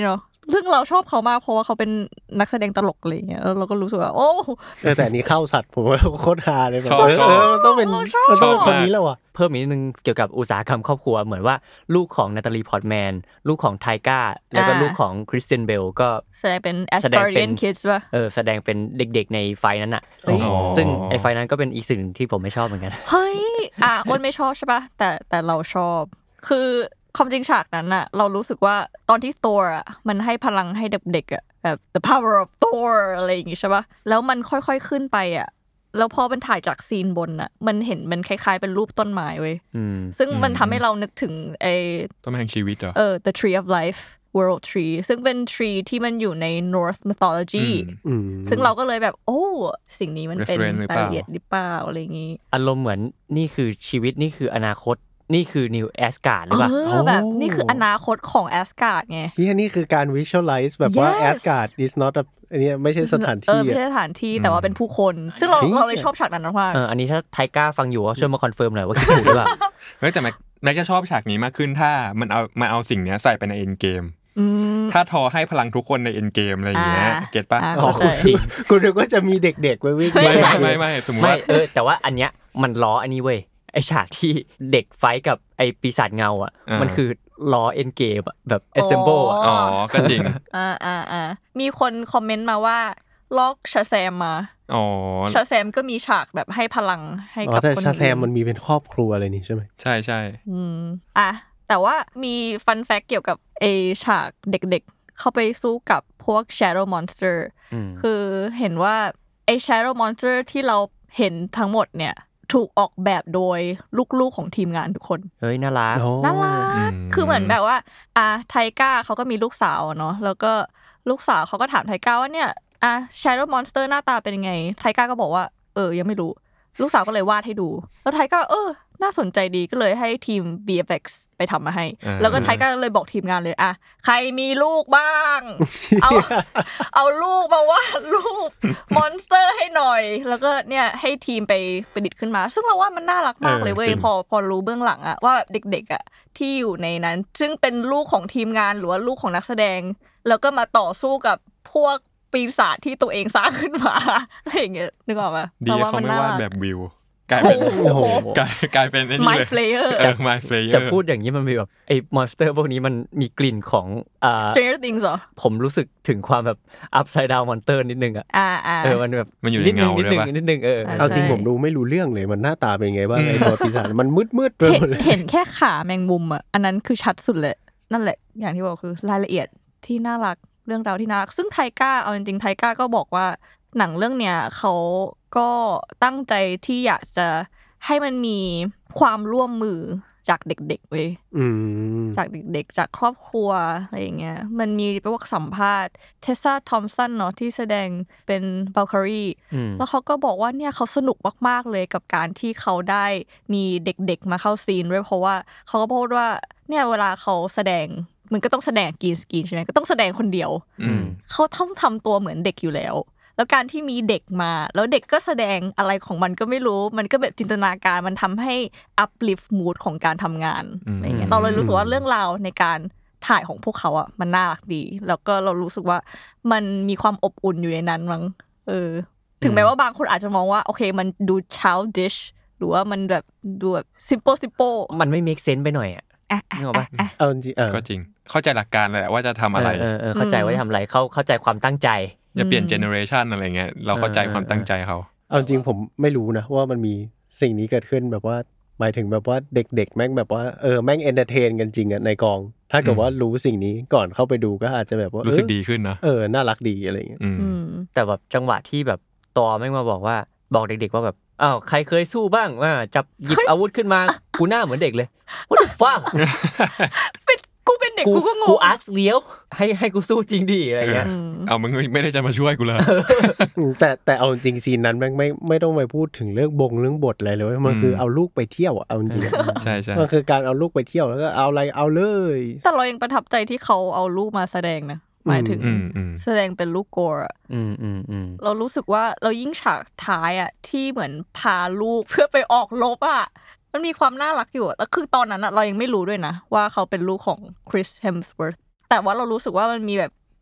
ซึ่งเราชอบเขามากเพราะว่าเขาเป็นนักแสดงตลกอะไรเงี้ยแล้วเราก็รู้สึกว่าโอ้แต่อันนี้เข้าสัตว์ผมว่าโคตรฮาเลยแบบมันต้องเป็นคนนี้แล้วอ่ะเพิ่มอีกนิดนึงเกี่ยวกับอุตสาหกรรมครอบครัวเหมือนว่าลูกของนาตาลีพอร์ตแมนลูกของไทก้าแล้วก็ลูกของคริสเตียนเบลก็แสดงเป็น Asgardian Kids ป่ะแสดงเป็นเด็กๆในไฟนั้นน่ะซึ่งไอ้ไฟนั้นก็เป็นอีกสิ่งที่ผมไม่ชอบเหมือนกันเฮ้ยอ้วนไม่ชอบใช่ป่ะแต่เราชอบคือความจริงฉากนั้นน่ะเรารู้สึกว่าตอนที่ Thor อ่ะมันให้พลังให้เด็กๆอ่ะแบบ the power of Thor อะไรอย่างงี้ใช่ป่ะแล้วมันค่อยๆขึ้นไปอ่ะแล้วพอมันถ่ายจากซีนบนน่ะมันเห็นมันคล้ายๆเป็นรูปต้นไม้เว้ยซึ่งมันทำให้เรานึกถึงไอ้ต้นไม้แห่งชีวิตเหรอ the tree of life world tree ซึ่งเป็น tree ที่มันอยู่ใน Norse mythology ซึ่งเราก็เลยแบบโอ้สิ่งนี้มันเป็นรายละเอียดหรือเปล่าอะไรอย่างงี้อารมณ์เหมือนนี่คือชีวิตนี่คืออนาคตนี่คือ New Asgard หรือเปล่าแบบนี่คืออนาคตของ Asgard ไงนี่คือการ visualize แบบว่า Asgard is not a อันนี้ไม่ใช่สถานที่ไม่ใช่สถานที่แต่ว่าเป็นผู้คนซึ่งเราเลยชอบฉากนั้นมากอันนี้ถ้าไทก้าฟังอยู่ก็ช่วยมาคอนเฟิร์มหน่อยว่าคิดถูกหรือเปล่าเฮ้ยแต่แม็กจะชอบฉากนี้มากขึ้นถ้ามันเอาสิ่งนี้ใส่ไปใน End Gameถ้าทอให้พลังทุกคนใน End Game อะไรอย่างเงี้ยเก็ทป่ะจริงกูนึกว่าจะมีเด็กๆไปวิ่งไม่สมมุติว่าแต่ว่าอันเนี้ยมันล้ออันนี้เว้ยไอฉากที่เด็กไฟกับไอปีศาจเงาอ่ะมันคือล้อ End Game อ่ะแบบ assemble อ่ะก็จริงมีคนคอมเมนต์มาว่าล็อกชาแซมมาชาแซมก็มีฉากแบบให้พลังให้กับคนชาแซมมันมีเป็นครอบครัวอะไรนี่ใช่ไหมใช่แต่ว่ามีฟันแฟกต์เกี่ยวกับฉากเด็กๆเข้าไปสู้กับพวก Shadow Monster คือเห็นว่าShadow Monster ที่เราเห็นทั้งหมดเนี่ยถูกออกแบบโดยลูกๆของทีมงานทุกคนเฮ้ยน่ารักคือเหมือนแบบว่าไทก้าเขาก็มีลูกสาวเนาะแล้วก็ลูกสาวเขาก็ถามไทก้าว่าเนี่ยShadow Monster หน้าตาเป็นยังไงไทก้าก็บอกว่ายังไม่รู้ลูกสาวก็เลยวาดให้ดูแล้วไทก้าน่าสนใจดีก็เลยให้ทีม VFX ไปทำมาให้แล้วก็ไทก้าเลยบอกทีมงานเลยใครมีลูกบ้างเอาลูกมาวาดรูปมอนสเตอร์ให้หน่อยแล้วก็เนี่ยให้ทีมไปประดิษฐ์ขึ้นมาซึ่งเราว่ามันน่ารักมากเลยเว้ยพอรู้เบื้องหลังอะว่าเด็กๆอะที่อยู่ในนั้นซึ่งเป็นลูกของทีมงานหรือว่าลูกของนักแสดงแล้วก็มาต่อสู้กับพวกปีศาจที่ตัวเองสร้างขึ้นมาอะไรอย่างเงี้ยนึกออกป่ะดีเขาไม่วาดแบบวิวกลายเป็นไอ้นี่เลย My Player My Player แต่พูดอย่างนี้มันมีแบบไอ้มอนสเตอร์พวกนี้มันมีกลิ่นของ Stranger Things เหรอผมรู้สึกถึงความแบบ Upside Down Monster นิดนึงอ่ะมันแบบมันอยู่ในเงาด้วยป่ะนิดนึงเอาจริงผมดูไม่รู้เรื่องเลยมันหน้าตาเป็นไงบ้างไอ้ตัวปีศาจมันมืดๆไปหมดเลยเห็นแค่ขาแมงมุมอ่ะอันนั้นคือชัดสุดเลยนั่นแหละอย่างที่บอกคือรายละเอียดที่น่ารักเรื่องราวที่น่ารักซึ่งไทก้าเอาจริงๆไทก้าก็บอกว่าหนังเรื่องเนี้ยเขาก็ตั้งใจที่อยากจะให้มันมีความร่วมมือจากเด็กๆเว้ยจากเด็กๆจากครอบครัวอะไรอย่างเงี้ยมันมีพวกสัมภาษณ์เทสซาทอมสันเนาะที่แสดงเป็นบัลคารีแล้วเขาก็บอกว่าเนี่ยเขาสนุกมากๆเลยกับการที่เขาได้มีเด็กๆมาเข้าซีนด้วยเพราะว่าเขาก็พูดว่าเนี่ยเวลาเขาแสดงมันก็ต้องแสดงกรีนสกรีนใช่ไหมก็ต้องแสดงคนเดียวเขาต้องทำตัวเหมือนเด็กอยู่แล้วแล้วการที่มีเด็กมาแล้วเด็กก็แสดงอะไรของมันก็ไม่รู้มันก็แบบจินตนาการมันทำให้ uplift mood ของการทำงานอะไรเงี้ยเราเลยรู้สึกว่าเรื่องราวในการถ่ายของพวกเขาอ่ะมันน่ารักดีแล้วก็เรารู้สึกว่ามันมีความอบอุ่นอยู่ในนั้นมั้งถึงแม้ว่าบางคนอาจจะมองว่าโอเคมันดู childish หรือว่ามันแบบดูแบบ simple มันไม่ make sense ไปหน่อยอ่ะนึกออกป่ะจริงก็จริงเข้าใจหลักการแหละว่าจะทำอะไรเข้าใจว่าจะทำอะไรเข้าใจความตั้งใจจะเปลี่ยนเจเนอเรชันอะไรเงี้ยเราเข้าใจความตั้งใจเขาเอาจริงผมไม่รู้นะว่ามันมีสิ่งนี้เกิดขึ้นแบบว่าหมายถึงแบบว่าเด็กๆแม่งแบบว่าแม่งเอนเตอร์เทนกันจริงอ่ะในกองถ้าเกิดว่ารู้สิ่งนี้ก่อนเข้าไปดูก็อาจจะแบบว่ารู้สึกดีขึ้นนะน่ารักดีอะไรเงี้ยแต่แบบจังหวะที่แบบตอแม่งมาบอกเด็กๆว่าแบบอ้าวใครเคยสู้บ้างจับหยิบอาวุธขึ้นมากูหน้าเหมือนเด็กเลย What the fuck กูเป็นเด็กกูก็งงกูอาร์ตเลี้ยวให้กูสู้จริงดิอะไรเงี้ยเอามึงไม่ได้จะมาช่วยกูเลยแต่เอาจริงซีนนั้นแม่งไม่ต้องไปพูดถึงเรื่องบทอะไรเลยมันคือเอาลูกไปเที่ยวเอาจริงใช่มันคือการเอาลูกไปเที่ยวแล้วก็เอาอะไรเอาเลยแต่เรายังประทับใจที่เขาเอาลูกมาแสดงนะหมายถึงแสดงเป็นลูกโกรอ่ะเรารู้สึกว่าเรายิ่งฉากท้ายอ่ะที่เหมือนพาลูกเพื่อไปออกรบอ่ะมันมีความน่ารักอยู่แล้วคือตอนนั้นเรายังไม่รู้ด้วยนะว่าเขาเป็นลูกของคริสเฮมส์เวิร์ธแต่ว่าเรารู้สึกว่ามันมีแบบ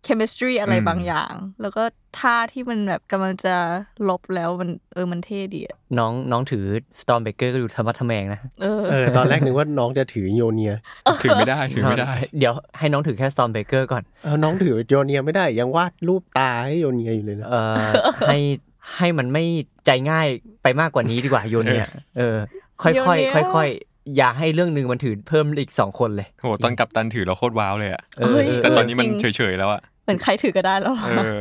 chemistry อะไรบางอย่างแล้วก็ท่าที่มันแบบกำลังจะลบแล้วมันเท่ดีอ่ะน้องถือ Stormbreaker ก็ดูธรรมะทะแมงนะตอนแรกนึกว่าน้องจะถือโยเนียถือไม่ได้เดี๋ยวให้น้องถือแค่ Stormbreaker ก่อนน้องถือโยเนียไม่ได้ยังวาดรูปตาให้โยเนียอยู่เลยนะให้มันไม่ใจง่ายไปมากกว่านี้ดีกว่าโยเนียค่อยๆอย่าให้เรื่องนึงมันถือเพิ่มอีก2คนเลยโหตอนกัปตันถือเราโคตรว้าวเลยอ่ะแต่ตอนนี้มันเฉยๆแล้วอ่ะเหมือนใครถือก็ได้แล้ว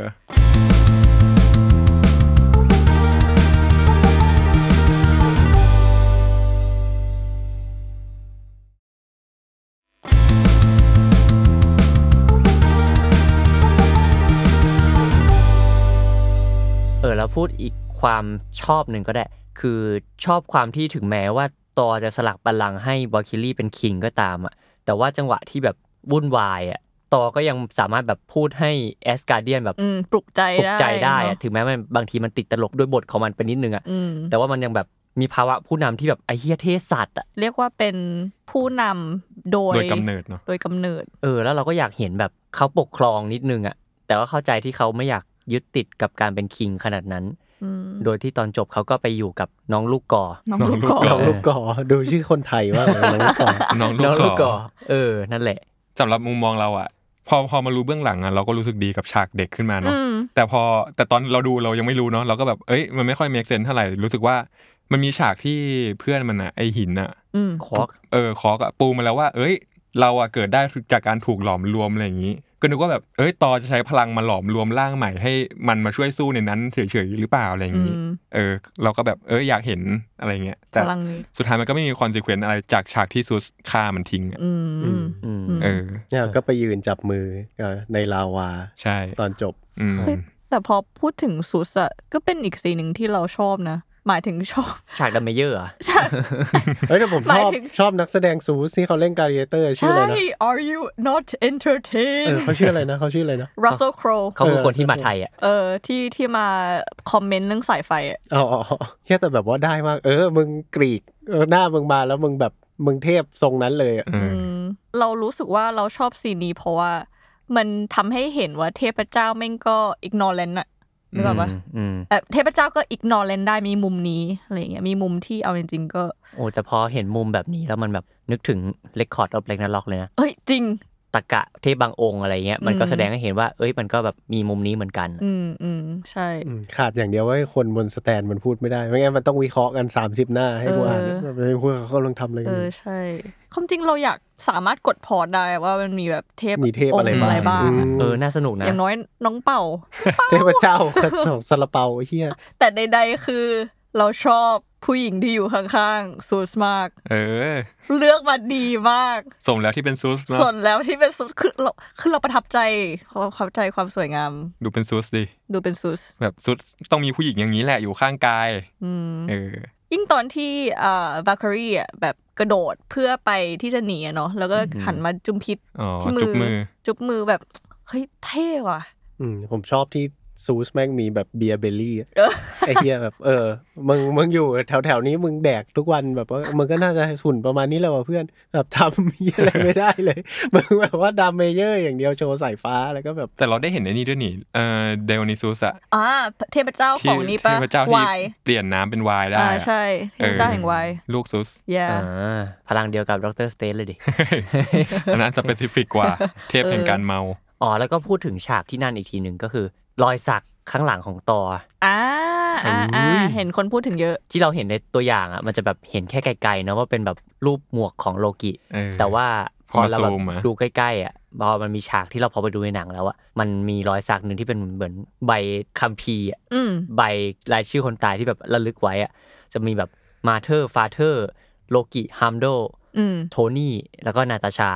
แล้วพูดอีกความชอบหนึ่งก็ได้คือชอบความที่ถึงแม้ว่าตอจะสลักบัลลังก์ให้วาคิลี่เป็นคิงก็ตามอ่ะแต่ว่าจังหวะที่แบบวุ่นวายอ่ะตอก็ยังสามารถแบบพูดให้แอสการ์เดียนแบบปลุกใจได้อ่ะถึงแม้มันบางทีมันติดตลกด้วยบทของมันไปนิดนึงอ่ะแต่ว่ามันยังแบบมีภาวะผู้นำที่แบบไอ้เหี้ยเท่สัตว์อ่ะเรียกว่าเป็นผู้นำโดยกำเนิดเนาะโดยกำเนิดแล้วเราก็อยากเห็นแบบเขาปกครองนิดนึงอ่ะแต่ว่าเข้าใจที่เขาไม่อยากยึดติดกับการเป็นคิงขนาดนั้นโดยที่ตอนจบเขาก็ไปอยู่กับน้องลูกกอดูชื่อคนไทยว่าน้องลูกกอนั่นแหละสำหรับมุมมองเราอ่ะพอมารู้เบื้องหลังอ่ะเราก็รู้สึกดีกับฉากเด็กขึ้นมาเนาะแต่ตอนเราดูเรายังไม่รู้เนาะเราก็แบบมันไม่ค่อยเมคเซนส์เท่าไหร่รู้สึกว่ามันมีฉากที่เพื่อนมันอ่ะไอหินอ่ะคอกอ่ะปูมาแล้วว่าเราอ่ะเกิดได้จากการถูกหลอมรวมอะไรอย่างนี้ก็นึกว่าแบบตอจะใช้พลังมาหลอมรวมร่างใหม่ให้มันมาช่วยสู้ในนั้นเฉยๆหรือเปล่าอะไรอย่างนี้เราก็แบบอยากเห็นอะไรเงี้ยแต่สุดท้ายมันก็ไม่มีคอนซีเควนซ์อะไรจากฉากที่ซูสฆ่ามันทิ้งเนี่ยก็ไปยืนจับมือในลาวาใช่ตอนจบแต่พอพูดถึงซูสอะก็เป็นอีกซีนนึงที่เราชอบนะหมายถึงชอบฉากดัมเมเยอร์อ่ะใช่แต่ผมชอบนักแสดงซูสที่เขาเล่นการ์เรเตอร์ชื่ออะไรนะ Are you not entertained เขาชื่ออะไรนะ Russell Crowe เขาคือคนที่มาไทยอ่ะที่มาคอมเมนต์เรื่องสายไฟอ่ะแค่แต่แบบว่าได้มากมึงกรีกหน้ามึงมาแล้วมึงแบบมึงเทพทรงนั้นเลยอ่ะเรารู้สึกว่าเราชอบซีนนี้เพราะว่ามันทำให้เห็นว่าเทพเจ้าแม่งก็ ignorant อะนึกออกปะเทพเจ้าก็อิกนอร์เลนได้มีมุมนี้อะไรเงี้ยมีมุมที่เอาจริงๆก็แต่พอเห็นมุมแบบนี้แล้วมันแบบนึกถึง Record of Ragnarok เลยนะจริงตะกะเทพบางองค์อะไรเงี้ยมันก็แสดงให้เห็นว่ามันก็แบบมีมุมนี้เหมือนกันใช่ขาดอย่างเดียวว่าคนบนสแตนมันพูดไม่ได้ไม่งั้นมันต้องวิเคราะห์กัน30หน้าให้ผู้อ่านพวกเขาลองทำอะไรกันใช่ความจริงเราอยากสามารถกดพอร์ตได้ว่ามันมีแบบเทพอะไรบ้างน่าสนุกนะอย่างน้อยน้องเป่าเทพเจ้าของซาลาเปาเหี้ยแต่ใดๆคือเราชอบผู้หญิงที่อยู่ข้างๆซูสมากเลือกมาดีมากสมแล้วที่เป็นซูสเนาะสมแล้วที่เป็นซูสคือเราประทับใจความสวยงามดูเป็นซูสดิดูเป็นซูสแบบซูสต้องมีผู้หญิงอย่างนี้แหละอยู่ข้างกายยิ่งตอนที่วาคารีอ่ะแบบกระโดดเพื่อไปที่จะหนีเนาะแล้วก็หันมาจุ่มพิษที่จุ๊บมือแบบเฮ้ยเท่ว่ะผมชอบที่ซูสแม่งมีแบบเบียร์เบลลี่ไอ้เหี้ยแบบมึงอยู่แถวๆนี้มึงแดกทุกวันแบบว่ามึงก็น่าจะหุ่นประมาณนี้แหละว่ะเพื่อนแบบทำอะไรไม่ได้เลยมึงแบบว่าดัมเมเยอร์อย่างเดียวโชว์สายฟ้าแล้วก็แบบแต่เราได้เห็นไอ้นี่ด้วยนี่เดโอนิซูสเทพเจ้าของนี่ปะเทพเจ้าที่เปลี่ยนน้ำเป็นไวน์ได้ใช่เทพเจ้าแห่งไวน์ลูกซูสพลังเดียวกับดร.สเตนเลยดิอันนั้นสเปซิฟิกกว่าเทพแห่งการเมาแล้วก็พูดถึงฉากที่นั่นอีกทีนึงก็คือรอยสักข้างหลังของตอเห็นคนพูดถึงเยอะที่เราเห็นในตัวอย่างอ่ะมันจะแบบเห็นแค่ไกลๆนะว่าเป็นแบบรูปหมวกของโลกิแต่ว่าพอเราแบบดูใกล้ๆอ่ะพอมันมีฉากที่เราพอไปดูในหนังแล้วอ่ะมันมีรอยสักนึงที่เป็นเหมือนใบคัมภีร์ใบรายชื่อคนตายที่แบบระลึกไว้อ่ะจะมีแบบมาเธอร์ฟาเธอร์โลกิฮัมโดโทนี่แล้วก็นาตาชา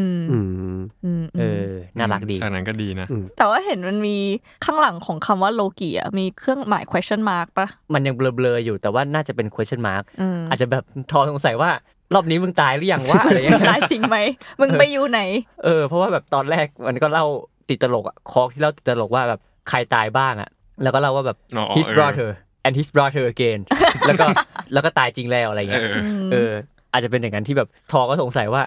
น่ารักดีฉากนั้นก็ดีนะแต่ว่าเห็นมันมีข้างหลังของคำว่าโลกิอ่ะมีเครื่องหมาย question mark ปะมันยังเบลอๆอยู่แต่ว่าน่าจะเป็น question mark อาจจะแบบทอสงสัยว่ารอบนี้มึงตายหรือยังวะอะไรอย่างเงี้ยตายจริงไหมมึงไปอยู่ไหนเพราะว่าแบบตอนแรกมันก็เล่าติดตลกอ่ะคอกที่เล่าติดตลกว่าแบบใครตายบ้างอ่ะแล้วก็เล่าว่าแบบ his brother and his brother again แล้วก็ตายจริงแล้วอะไรเงี้ยอาจจะเป็นอย่างนั้นที่แบบทอก็สงสัยว่า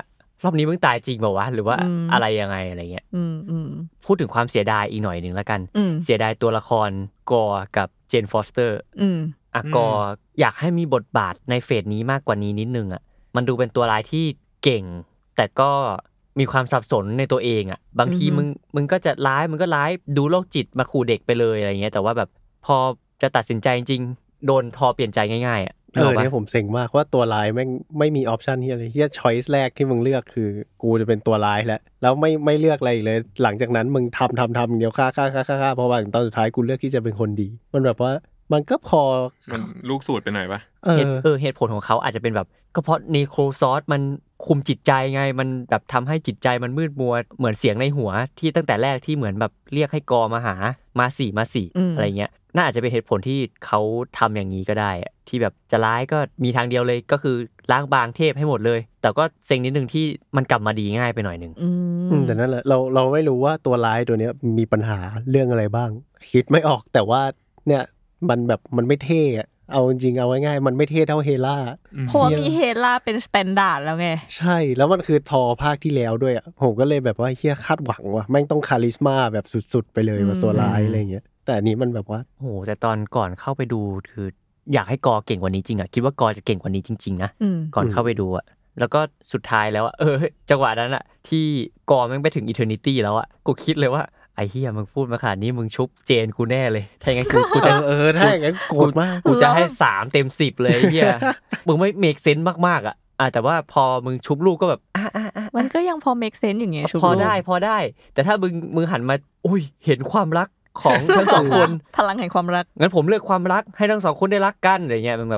รอบนี้มึงตายจริงเปล่าวะหรือว่าอะไรยังไงอะไรเงี้ยพูดถึงความเสียดายอีกหน่อยนึงแล้วกันเสียดายตัวละครกอร์กับเจนฟอสเตอร์กอร์อยากให้มีบทบาทในเฟสนี้มากกว่านี้นิดนึงอ่ะมันดูเป็นตัวร้ายที่เก่งแต่ก็มีความสับสนในตัวเองอ่ะบางทีมึงก็จะร้ายมึงก็ร้ายดูโรคจิตมาขู่เด็กไปเลยอะไรเงี้ยแต่ว่าแบบพอจะตัดสินใจจริงโดนทอเปลี่ยนใจง่ายๆอ่ะเนี่ยผมเซ็งมากว่าตัวร้ายแม่งไม่มีออปชันที่อะไรที่ช้อยส์แรกที่มึงเลือกคือกูจะเป็นตัวร้ายแล้วไม่เลือกอะไรเลยหลังจากนั้นมึงทำเดี๋ยวฆ่าเพราะว่าตอนสุดท้ายกูเลือกที่จะเป็นคนดีมันแบบว่ามันก็พอมันลูกสูตรไปหน่อยปะเหตุผลของเขาอาจจะเป็นแบบก็เพราะเนโครซอสมันคุมจิตใจไงมันแบบทำให้จิตใจมันมืดมัวเหมือนเสียงในหัวที่ตั้งแต่แรกที่เหมือนแบบเรียกให้กอมาหามาสี่อะไรเงี้ยน่าอาจจะเป็นเหตุผลที่เขาทำอย่างนี้ก็ได้ที่แบบจะร้ายก็มีทางเดียวเลยก็คือล้างบางเทพให้หมดเลยแต่ก็เซ็งนิดนึงที่มันกลับมาดีง่ายไปหน่อยนึงแต่นั่นแหละเราไม่รู้ว่าตัวร้ายตัวเนี้ยมีปัญหาเรื่องอะไรบ้างคิดไม่ออกแต่ว่าเนี่ยมันแบบมันไม่เท่เอาจริงเอาง่ายๆมันไม่เท่เท่าเฮล่าเพราะมีเฮล่าเป็นสแตนดาร์ดแล้วไงใช่แล้วมันคือทอภาคที่แล้วด้วยผมก็เลยแบบว่าเฮียคาดหวังว่าแม่งต้องคาริสมาแบบสุดๆไปเลยว่าตัวร้ายอะไรเงี้ยแต่อันนี้มันแบบว่าโหแต่ตอนก่อนเข้าไปดูคืออยากให้กอเก่งกว่านี้จริงคิดว่ากอจะเก่งกว่านี้จริงๆนะก่อนเข้าไปดูแล้วก็สุดท้ายแล้วจังหวะนั้นที่กอแม่งไปถึงอีเทอร์นิตี้แล้วกูคิดเลยว่าไอ้เหี้ยมึงพูดมาขนาดนี้มึงชุบเจนกูแน่เลยถ้าอย่างงั้นกูจะถ้าอย่างงั้นโกรธมากกูจะให้3เต็ม10เลยเหี้ยมึงไม่เมคเซนส์มากๆแต่ว่าพอมึงชุบลูกก็แบบมันก็ยังพอเมคเซนส์อย่างเงี้ยพอได้แต่ถ้ามึงหันมาอุ้ยเห็นความรักของทั้งสองคนพลังแห่งความรักงั้นผมเลือกความรักให้ทั้งสองคนได้รักกันอะไรเงี้ยมันแบบ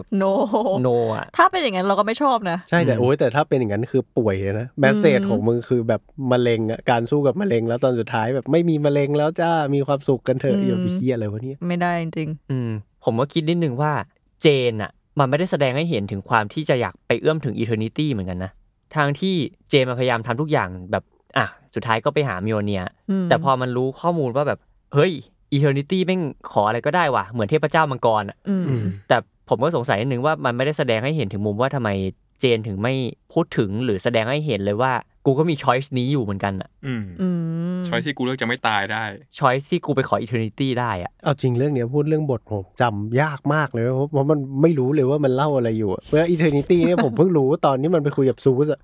no ถ้าเป็นอย่างนั้นเราก็ไม่ชอบนะใช่แต่ถ้าเป็นอย่างนั้นคือป่วยนะแมสเสจของมึงคือแบบมะเร็งการสู้กับมะเร็งแล้วตอนสุดท้ายแบบไม่มีมะเร็งแล้วจ้ามีความสุขกันเถอะอย่าไปเหี้ยอะไรวะเนี่ยไม่ได้จริงผมก็คิดนิดนึงว่าเจนมันไม่ได้แสดงให้เห็นถึงความที่จะอยากไปเอื้อมถึงอีเทอร์นิตี้เหมือนกันนะทางที่เจนมาพยายามทำทุกอย่างแบบสุดท้ายก็ไปหามิโอเนียแต่พอมันรู้ข้อมูลว่าแบบเฮ้ยEternity แม่งขออะไรก็ได้ว่ะเหมือนเทพเจ้ามังกรแต่ผมก็สงสัยนิดนึงว่ามันไม่ได้แสดงให้เห็นถึงมุมว่าทำไมเจนถึงไม่พูดถึงหรือแสดงให้เห็นเลยว่ากูก็มีช้อยส์นี้อยู่เหมือนกันช้อยส์ที่กูเลือกจะไม่ตายได้ช้อยส์ที่กูไปขอ Eternity ได้เอาจริงเรื่องเนี้ยพูดเรื่องบทผมจำยากมากเลยเพราะมันไม่รู้เลยว่ามันเล่าอะไรอยู่เมื่อ Eternity เนี่ยผมเพิ่งรู้ตอนนี้มันไปคุยกับซูส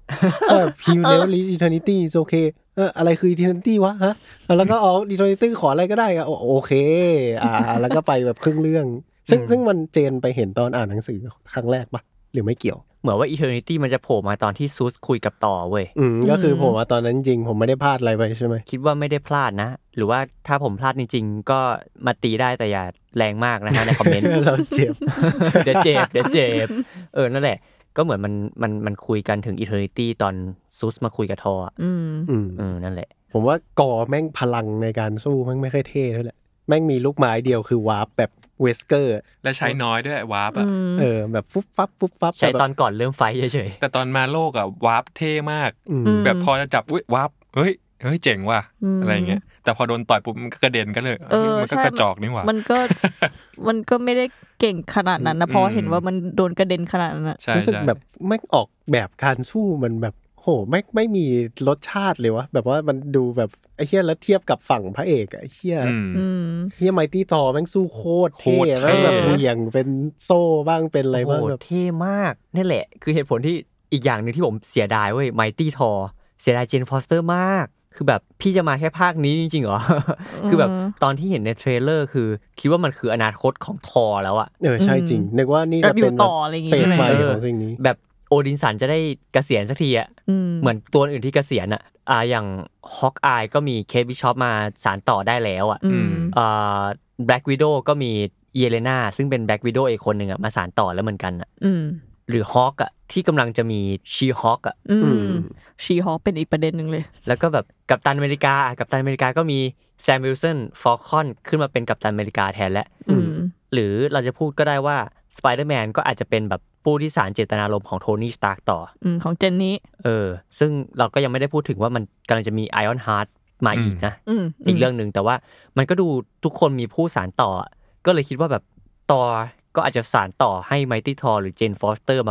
He never reach Eternity is okayอะไรคือ Eternity วะฮะแล้วก็Eternity ขออะไรก็ได้โอเคแล้วก็ไปแบบครึ่งเรื่องซึ่งมันเจนไปเห็นตอนอ่านหนังสือครั้งแรกปะหรือไม่เกี่ยวเหมือนว่า Eternity มันจะโผล่มาตอนที่ซูสคุยกับต่อเว้ยก็คือผมว่าตอนนั้นจริงผมไม่ได้พลาดอะไรไปใช่ไหมคิดว่าไม่ได้พลาดนะหรือว่าถ้าผมพลาดจริงๆก็มาตีได้แต่อย่าแรงมากนะฮะในคอมเมนต์เราเจ็บเดี๋ยวเจ็บนั่นแหละก็เหมือนมันคุยกันถึง Eternity ตอนซูสมาคุยกับทอนั่นแหละผมว่ากอแม่งพลังในการสู้แม่งไม่ค่อยเท่เท่าไหร่แม่งมีลูกไม้เดียวคือวาร์ปแบบเวสเกอร์และใช้น้อยด้วยวาร์ปแบบฟุบฟับใช้ตอนก่อนเริ่มไฟเฉยๆแต่ตอนมาโลกวาร์ปเท่มากแบบพอจะจับวาร์ปเฮ้ยเจ๋งว่ะอะไรเงี้ยแต่พอโดนต่อยปุ๊บมันก็กระเด็นกันเลยมันก็กระจอกนี่หว่ามันก็ไม่ได้เก่งขนาดนั้นนะเพราะเห็นว่ามันโดนกระเด็นขนาดนั้นรู้สึกแบบไม่ออกแบบการสู้มันแบบโหไม่มีรสชาติเลยวะแบบว่ามันดูแบบไอ้เหี้ยแล้วเทียบกับฝั่งพระเอกไอ้เหี้ยไมตี้ทอร์แม่งสู้โคตรเท่แล้วแบบเหวี่ยงเป็นโซ่บ้างเป็นอะไรบ้างแบบเท่มากนี่แหละคือเหตุผลที่อีกอย่างนึงที่ผมเสียดายเว้ยไมตี้ทอร์เสียดายเจนฟอสเตอร์มากคือแบบพี่จะมาแค่ภาคนี้จริงๆเหรอคือแบบตอนที่เห็นในเทรลเลอร์คือคิดว่ามันคืออนาคตของทอร์แล้วใช่จริงนึกว่านี่จะเป็นเฟสใหม่ของสิ่งนี้แบบโอดินสันจะได้เกษียณสักทีเหมือนตัวอื่นที่เกษียณอย่างฮอกอายก็มีเคทบิชอปมาสานต่อได้แล้วแบล็กวิโดว์ก็มีเยเลนาซึ่งเป็นแบล็กวิโดว์อีกคนนึงมาสานต่อแล้วเหมือนกันหรือฮอกที่กำลังจะมีชีฮอกชีฮอกเป็นอีกประเด็นนึงเลยแล้วก็แบบกัปตันอเมริกาก็มีแซมวิลสันฟอลคอนขึ้นมาเป็นกัปตันอเมริกาแทนแล้วหรือเราจะพูดก็ได้ว่าสไปเดอร์แมนก็อาจจะเป็นแบบผู้ที่สารเจตนารมณ์ของโทนี่สตาร์กต่อของเจนนี้ซึ่งเราก็ยังไม่ได้พูดถึงว่ามันกำลังจะมีไอออนฮาร์ทมาอีกนะอีกเรื่องนึงแต่ว่ามันก็ดูทุกคนมีผู้สารต่อก็เลยคิดว่าแบบต่อก็อาจจะสารต่อให้ไมตี้ทอร์หรือเจนฟอสเตอร์มาแบบ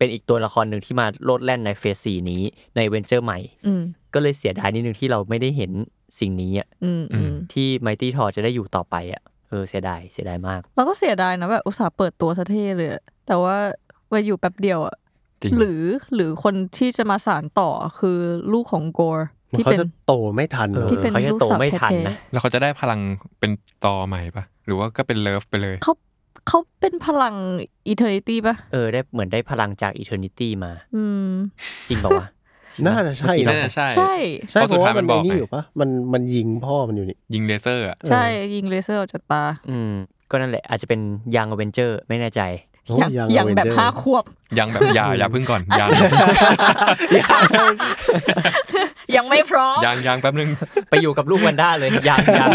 เป็นอีกตัวละครหนึ่งที่มาโลดแล่นในเฟส4นี้ในเวนเจอร์ใหม่ก็เลยเสียดายนิดนึงที่เราไม่ได้เห็นสิ่งนี้อ่ะที่ Mighty Thor จะได้อยู่ต่อไปอ่ะเสียดายมากเราก็เสียดายนะแบบอุตส่าห์เปิดตัวซะเท่เลยแต่ว่าไปอยู่แป๊บเดียวอ่ะหรือคนที่จะมาสานต่อคือลูกของโกร์ที่เป็นโตไม่ทันที่เป็นลูกสาวแท้ๆนะแล้วเขาจะได้พลังเป็นตอใหม่ปะหรือว่าก็เป็นเลิฟไปเลยเขาเป็นพลัง Eternity ป่ะได้เหมือนได้พลังจาก Eternity มาจริงป่ะวะน่าจะใช่ใช่เพราะว่ามันนี่อยู่ป่ะมันยิงพ่อมันอยู่นี่ยิงเลเซอร์อ่ะใช่ยิงเลเซอร์ออกจากตาก็นั่นแหละอาจจะเป็นยังอเวนเจอร์ไม่แน่ใจยังแบบ5 ขวบยังแบบอย่าพึ่งก่อนยังไม่พร้อมยังแป๊บนึงไปอยู่กับลูกวันด้าเลยยัง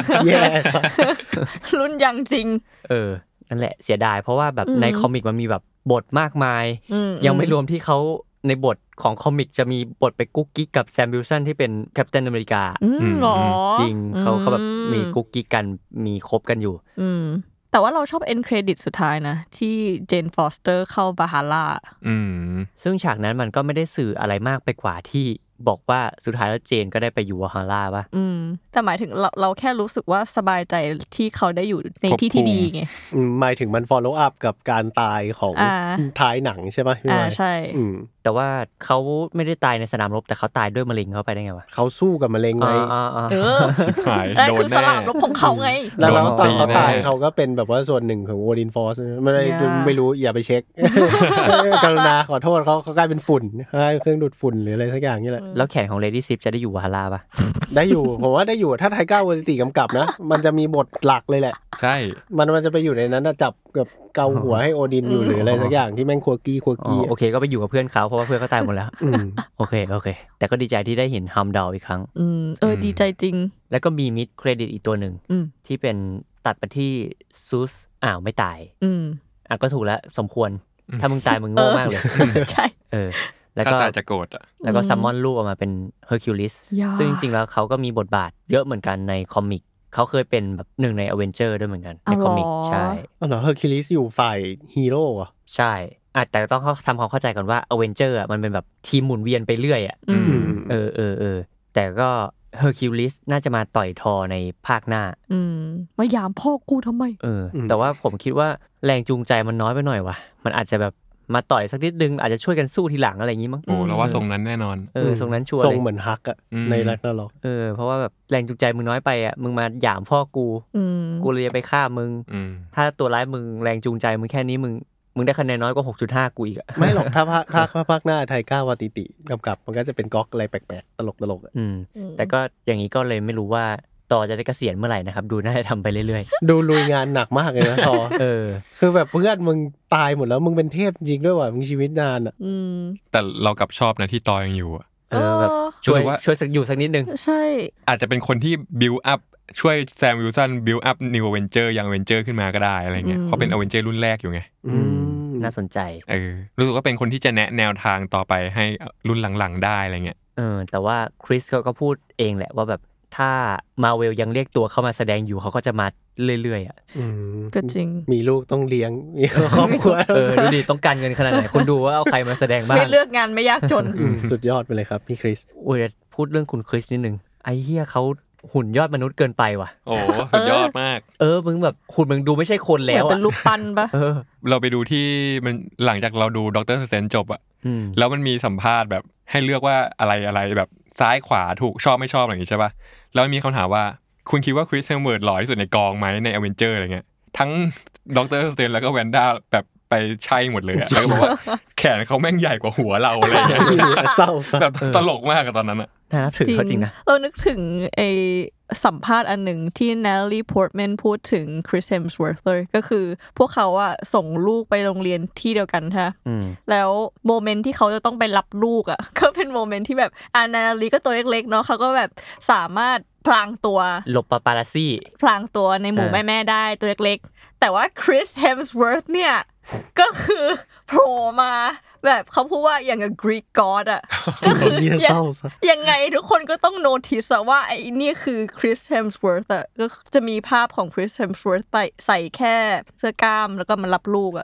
รุ่นยังจริงนั่นแหละเสียดายเพราะว่าแบบในคอมิกมันมีแบบบทมากมายยังไม่รวมที่เขาในบทของคอมิกจะมีบทไปกุ๊กกิ๊กกับแซมวิลสันที่เป็นแคปเตนอเมริกาจริงเขาแบบมีกุ๊กกิ๊กกันมีคบกันอยู่แต่ว่าเราชอบเอ็นเครดิตสุดท้ายนะที่เจนฟอสเตอร์เข้าบาฮาร่าซึ่งฉากนั้นมันก็ไม่ได้สื่ออะไรมากไปกว่าที่บอกว่าสุดท้ายแล้วเจนก็ได้ไปอยู่บาฮาร่าป่ะแต่หมายถึงเราแค่รู้สึกว่าสบายใจที่เขาได้อยู่ในที่ที่ดีไงหมายถึงมัน follow up กับการตายของท้ายหนังใช่ไหมพี่วายใช่แต่ว่าเขาไม่ได้ตายในสนามรบแต่เขาตายด้วยมะเร็งเข้าไปได้ไงวะเขาสู้กับมะเร็งไงชิบหายโดนแน่คือสนามรบของเขาไงแล้วตอนเขาตายเขาก็เป็นแบบว่าส่วนหนึ่งของโอดินฟอร์สไม่รู้อย่าไปเช็คกรุณาขอโทษเขากลายเป็นฝุ่นเครื่องดูดฝุ่นหรืออะไรสักอย่างนี่แหละแล้วแขนของเลดี้ซิปจะได้อยู่วาฮาร่าป่ะได้อยู่ผมว่าได้อยู่ถ้าไทก้าเวอร์ซิตี้กำกับนะมันจะมีบทหลักเลยแหละใช่มันจะไปอยู่ในนั้นจับกับเกาหัวให้โอดินอยู่หรืออะไรสักอย่างที่แม่งคัวกี้โอเคก็ไปอยู่กับเพื่อนเขาเพราะว่าเพื่อนเขาตายหมดแล้วโอเคแต่ก็ดีใจที่ได้เห็นฮัมดาวอีกครั้งดีใจจริงแล้วก็มีมิดเครดิตอีกตัวหนึ่งที่เป็นตัดไปที่ซูสไม่ตายก็ถูกแล้วสมควรถ้ามึงตายมึงโง่มากเลยใช่แล้วก็จะโกรธอ่ะแล้วก็ซัมมอนลูกออกมาเป็นเฮอร์คิวลิสซึ่งจริงๆแล้วเขาก็มีบทบาทเยอะเหมือนกันในคอมิกเขาเคยเป็นแบบหนึ่งในอเวนเจอร์ด้วยเหมือนกันในคอมิกใช่เหรอเฮอร์คิวลิสอยู่ฝ่ายฮีโร่อ่ะใช่แต่ต้องทำความเข้าใจก่อนว่าอเวนเจอร์มันเป็นแบบทีมหมุนเวียนไปเรื่อยอ่ะแต่ก็เฮอร์คิวลิสน่าจะมาต่อยทอในภาคหน้ามายามพ่อกูทำไมแต่ว่าผมคิดว่าแรงจูงใจมันน้อยไปหน่อยวะมันอาจจะแบบมาต่อยสักนิดนึงอาจจะช่วยกันสู้ทีหลังอะไรอย่างงี้มั้งเราว่าทรงนั้นแน่นอนทรงนั้นชัวร์เลยทรงเหมือนฮักอ่ะในแร็กนาร็อกเพราะว่าแบบแรงจูงใจมึงน้อยไปอ่ะมึงมาหยามพ่อกูเลยจะไปฆ่ามึงถ้าตัวร้ายมึงแรงจูงใจมึงแค่นี้มึงได้คะแนนน้อยกว่า 6.5 กูอีกอ่ะไม่หรอกถ้าภาคหน้าไทก้าวาติติกำกับมันก็จะเป็นก๊อกอะไรแปลกๆตลกแต่ก็อย่างนี้ก็เลยไม่รู้ว่าต่อจะได้เกษียณเมื่อไหร่นะครับดูน่าจะทำไปเรื่อยๆดูลุยงานหนักมากเลยนะต่อคือแบบเพื่อนมึงตายหมดแล้วมึงเป็นเทพจริงด้วยว่ะมึงชีวิตนานอ่ะแต่เรากลับชอบนะที่ต่อยังอยู่อ่ะแบบช่วยสักอยู่สักนิดนึงใช่อาจจะเป็นคนที่บิวอัพช่วยแซมวิลสันบิวอัพนิวอเวนเจอร์ยังอเวนเจอร์ขึ้นมาก็ได้อะไรเงี้ยเขาเป็นอเวนเจอร์รุ่นแรกอยู่ไงน่าสนใจรู้สึกว่าเป็นคนที่จะแนะแนวทางต่อไปให้รุ่นหลังๆได้อะไรเงี้ยแต่ว่าคริสก็พูดเองแหละว่าแบบถ้ามาเวลยังเรียกตัวเข้ามาแสดงอยู่เขาก็จะมาเรื่อยๆอ่ะก็จริงมีลูกต้องเลี้ยงมีครอบครัวดูดิต้องการเงินขนาดไหนคนดูว่าเอาใครมาแสดงบ้างไม่เลือกงานไม่ยากจนสุดยอดไปเลยครับพี่คริสพูดเรื่องคุณคริสนิดนึงไอ้เหี้ยเขาหุ่นยอดมนุษย์เกินไปว่ะโอ้สุดยอดมากมึงแบบหุ่นมึงดูไม่ใช่คนแล้วเป็นรูปปั้นปะเราไปดูที่มันหลังจากเราดูด็อกเตอร์สเตนจบอ่ะแล้วมันมีสัมภาษณ์แบบให้เลือกว่าอะไรแบบซ้ายขวาถูกชอบไม่ชอบอะไรอย่างงี้ใช่ป่ะแล้วมีคำถามว่าคุณคิดว่าคริสเฮมเวิร์ดหล่อที่สุดในกองไหมในอเวนเจอร์อะไรเงี้ยทั้งด็อกเตอร์สเตนแล้วก็แวนด้าแบบไปใช่หมดเลยแล้วก็บอกว่าแขนเขาแม่งใหญ่กว่าหัวเราอะไรเงี้ยเศร้าแบบตลกมากตอนนั้นอ่ะน่าถึงเขาจริงนะเรานึกถึงไอ้สัมภาษณ์อันหนึ่งที่ Natalie Portman พูดถึง Chris Hemsworth เลยก็คือพวกเขาอะส่งลูกไปโรงเรียนที่เดียวกันใช่แล้วโมเมนต์ที่เขาจะต้องไปรับลูกอะก็เป็นโมเมนต์ที่แบบNatalie ก็ตัวเล็กๆเนาะเขาก็แบบสามารถพลางตัวหลบปาปาราซี่พลางตัวในหมู่แม่ๆได้ตัวเล็กๆแต่ว่า Chris Hemsworth เนี่ยก็คือโผล่มาแบบเขาพูดว่าอย่างกับ Greek god อ่ะก็คือยังไงทุกคนก็ต้อง notice ว่าไอ้นี่คือ Chris Hemsworth อ่ะก็จะมีภาพของ Chris Hemsworth ใส่แค่เสื้อกล้ามแล้วก็มารับลูกอ่ะแล้วกล้าม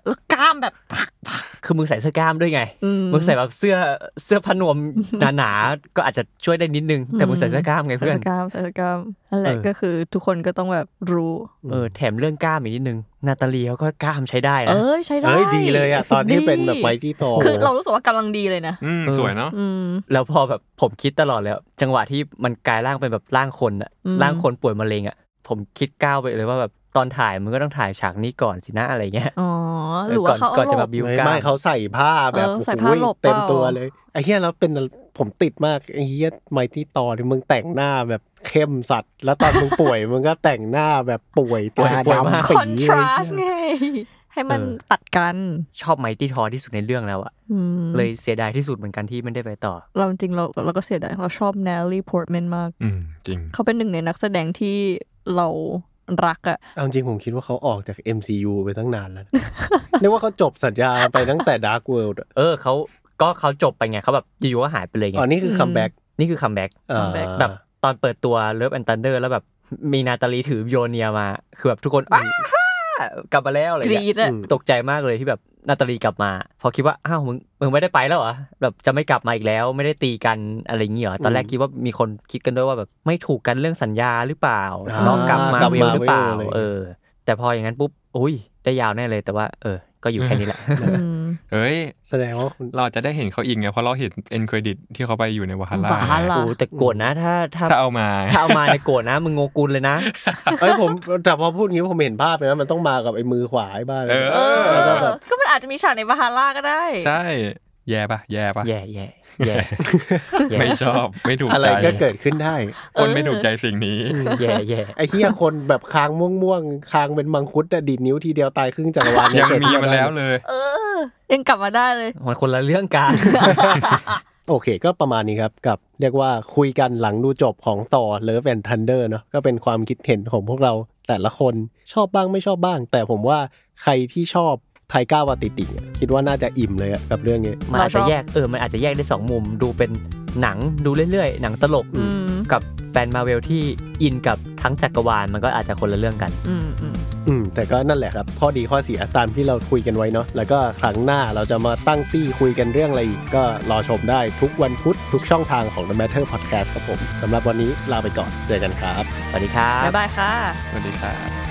ล้ามแบบคือมึงใส่เสื้อกล้ามด้วยไงมึงใส่แบบเสื้อผ้านวมหนาๆก็อาจจะช่วยได้นิดนึงแต่มึงใส่เสื้อกล้ามไงเพื่อนใส่เสื้อกล้ามนั่นแหละก็คือทุกคนก็ต้องแบบรู้แถมเรื่องกล้ามอีกนิดนึงนาตาลีเขาก็กล้ามใช้ได้นะใช้ได้ดีเลยอ่ะตอนที่เป็นแบบไมตี้ทอคือเรารู้สึกว่ากำลังดีเลยนะสวยเนาะแล้วพอแบบผมคิดตลอดแล้วจังหวะที่มันกลายร่างเป็นแบบร่างคนอะร่างคนป่วยมะเร็งอะผมคิดก้าวไปเลยว่าแบบตอนถ่ายมันก็ต้องถ่ายฉากนี้ก่อนสินะอะไรเงี้ยหรือว่าเขาก่อนจะมาบิวกล้ามไม่เขาใส่ผ้าแบบเต็มตัวเลยไอ้เหี้ยแล้วเป็นผมติดมากไอ้เหี้ยไมตี้ต่อที่มึงแต่งหน้าแบบเข้มสัตว์แล้วตอนมึงป่วยมึงก็แต่งหน้าแบบป่วยตาดำคอนทราสต์ไงให้มันตัดกันชอบไมตี้ทอที่สุดในเรื่องแล้วอะเลยเสียดายที่สุดเหมือนกันที่ไม่ได้ไปต่อเราจริงเราก็เสียดายเราชอบเนลลี่พอร์ตแมนมากจริงเขาเป็นหนึ่งในนักแสดงที่เรารักอะเอาจริงผมคิดว่าเขาออกจาก MCU ไปตั้งนานแล้วนึกว่าเขาจบสัญญาไปตั้งแต่ Dark World เขาจบไปไงเขาแบบอยู่ๆก็หายไปเลยไงนี่คือคัมแบ็กแบบตอนเปิดตัว Love and Thunder แล้วแบบมีนาตาลีถือโยเนียมาคือแบบทุกคนกลับมาแล้วอะไรเงี้ยตกใจมากเลยที่แบบนาตาลีกลับมาพอคิดว่าอ้าวมึงไม่ได้ไปแล้วเหรอแบบจะไม่กลับมาอีกแล้วไม่ได้ตีกันอะไรอย่างเงี้ยเหรอตอนแรกคิดว่ามีคนคิดกันด้วยว่าแบบไม่ถูกกันเรื่องสัญญาหรือเปล่าน้องกลับมาเวลหรือเปล่าแต่พออย่างนั้นปุ๊บอุ้ยได้ยาวแน่เลยแต่ว่าก็อยู่แค่นี้แหละเฮ้ยแสดงว่าเราจะได้เห็นเขาอีกไงเพราะเราเห็นเอ็นเครดิตที่เขาไปอยู่ในวาฮาร่าแต่โกรธนะถ้าเอามาในโกรธนะมึงโงกุลเลยนะผมแต่พอพูดงี้ผมเห็นภาพเลยนะมันต้องมากับไอ้มือขวาไอ้บ้าก็มันอาจจะมีฉากในวาฮาร่าก็ได้ใช่แย่ปะแย่ไม่ชอบไม่ถูกใจอะไรก็เกิดขึ้นได้คนไม่ถูกใจสิ่งนี้แย่ไอ้เหี้ยคนแบบคางม่วงๆคางเป็นมังคุดดีดนิ้วทีเดียวตายครึ่งจักรวาลยังมีมาแล้วเลยยังกลับมาได้เลยมันคนละเรื่องกันโอเคก็ประมาณนี้ครับกับเรียกว่าคุยกันหลังดูจบของต่อ Love and Thunder เนาะก็เป็นความคิดเห็นของพวกเราแต่ละคนชอบบ้างไม่ชอบบ้างแต่ผมว่าใครที่ชอบไทก้าวาติติคิดว่าน่าจะอิ่มเลยกับเรื่องนี้มันอาจจะแยกมันอาจจะแยกได้2มุมดูเป็นหนังดูเรื่อยๆหนังตลกกับแฟนมาเวลที่อินกับทั้งจักรวาลมันก็อาจจะคนละเรื่องกันแต่ก็นั่นแหละครับข้อดีข้อเสียตามที่เราคุยกันไว้เนาะแล้วก็ครั้งหน้าเราจะมาตั้งตี้คุยกันเรื่องอะไรอีกก็รอชมได้ทุกวันพุธทุกช่องทางของ The Matter Podcast ครับผมสำหรับวันนี้ลาไปก่อนเจอกันครับสวัสดีครับบ๊ายบายค่ะสวัสดีครับ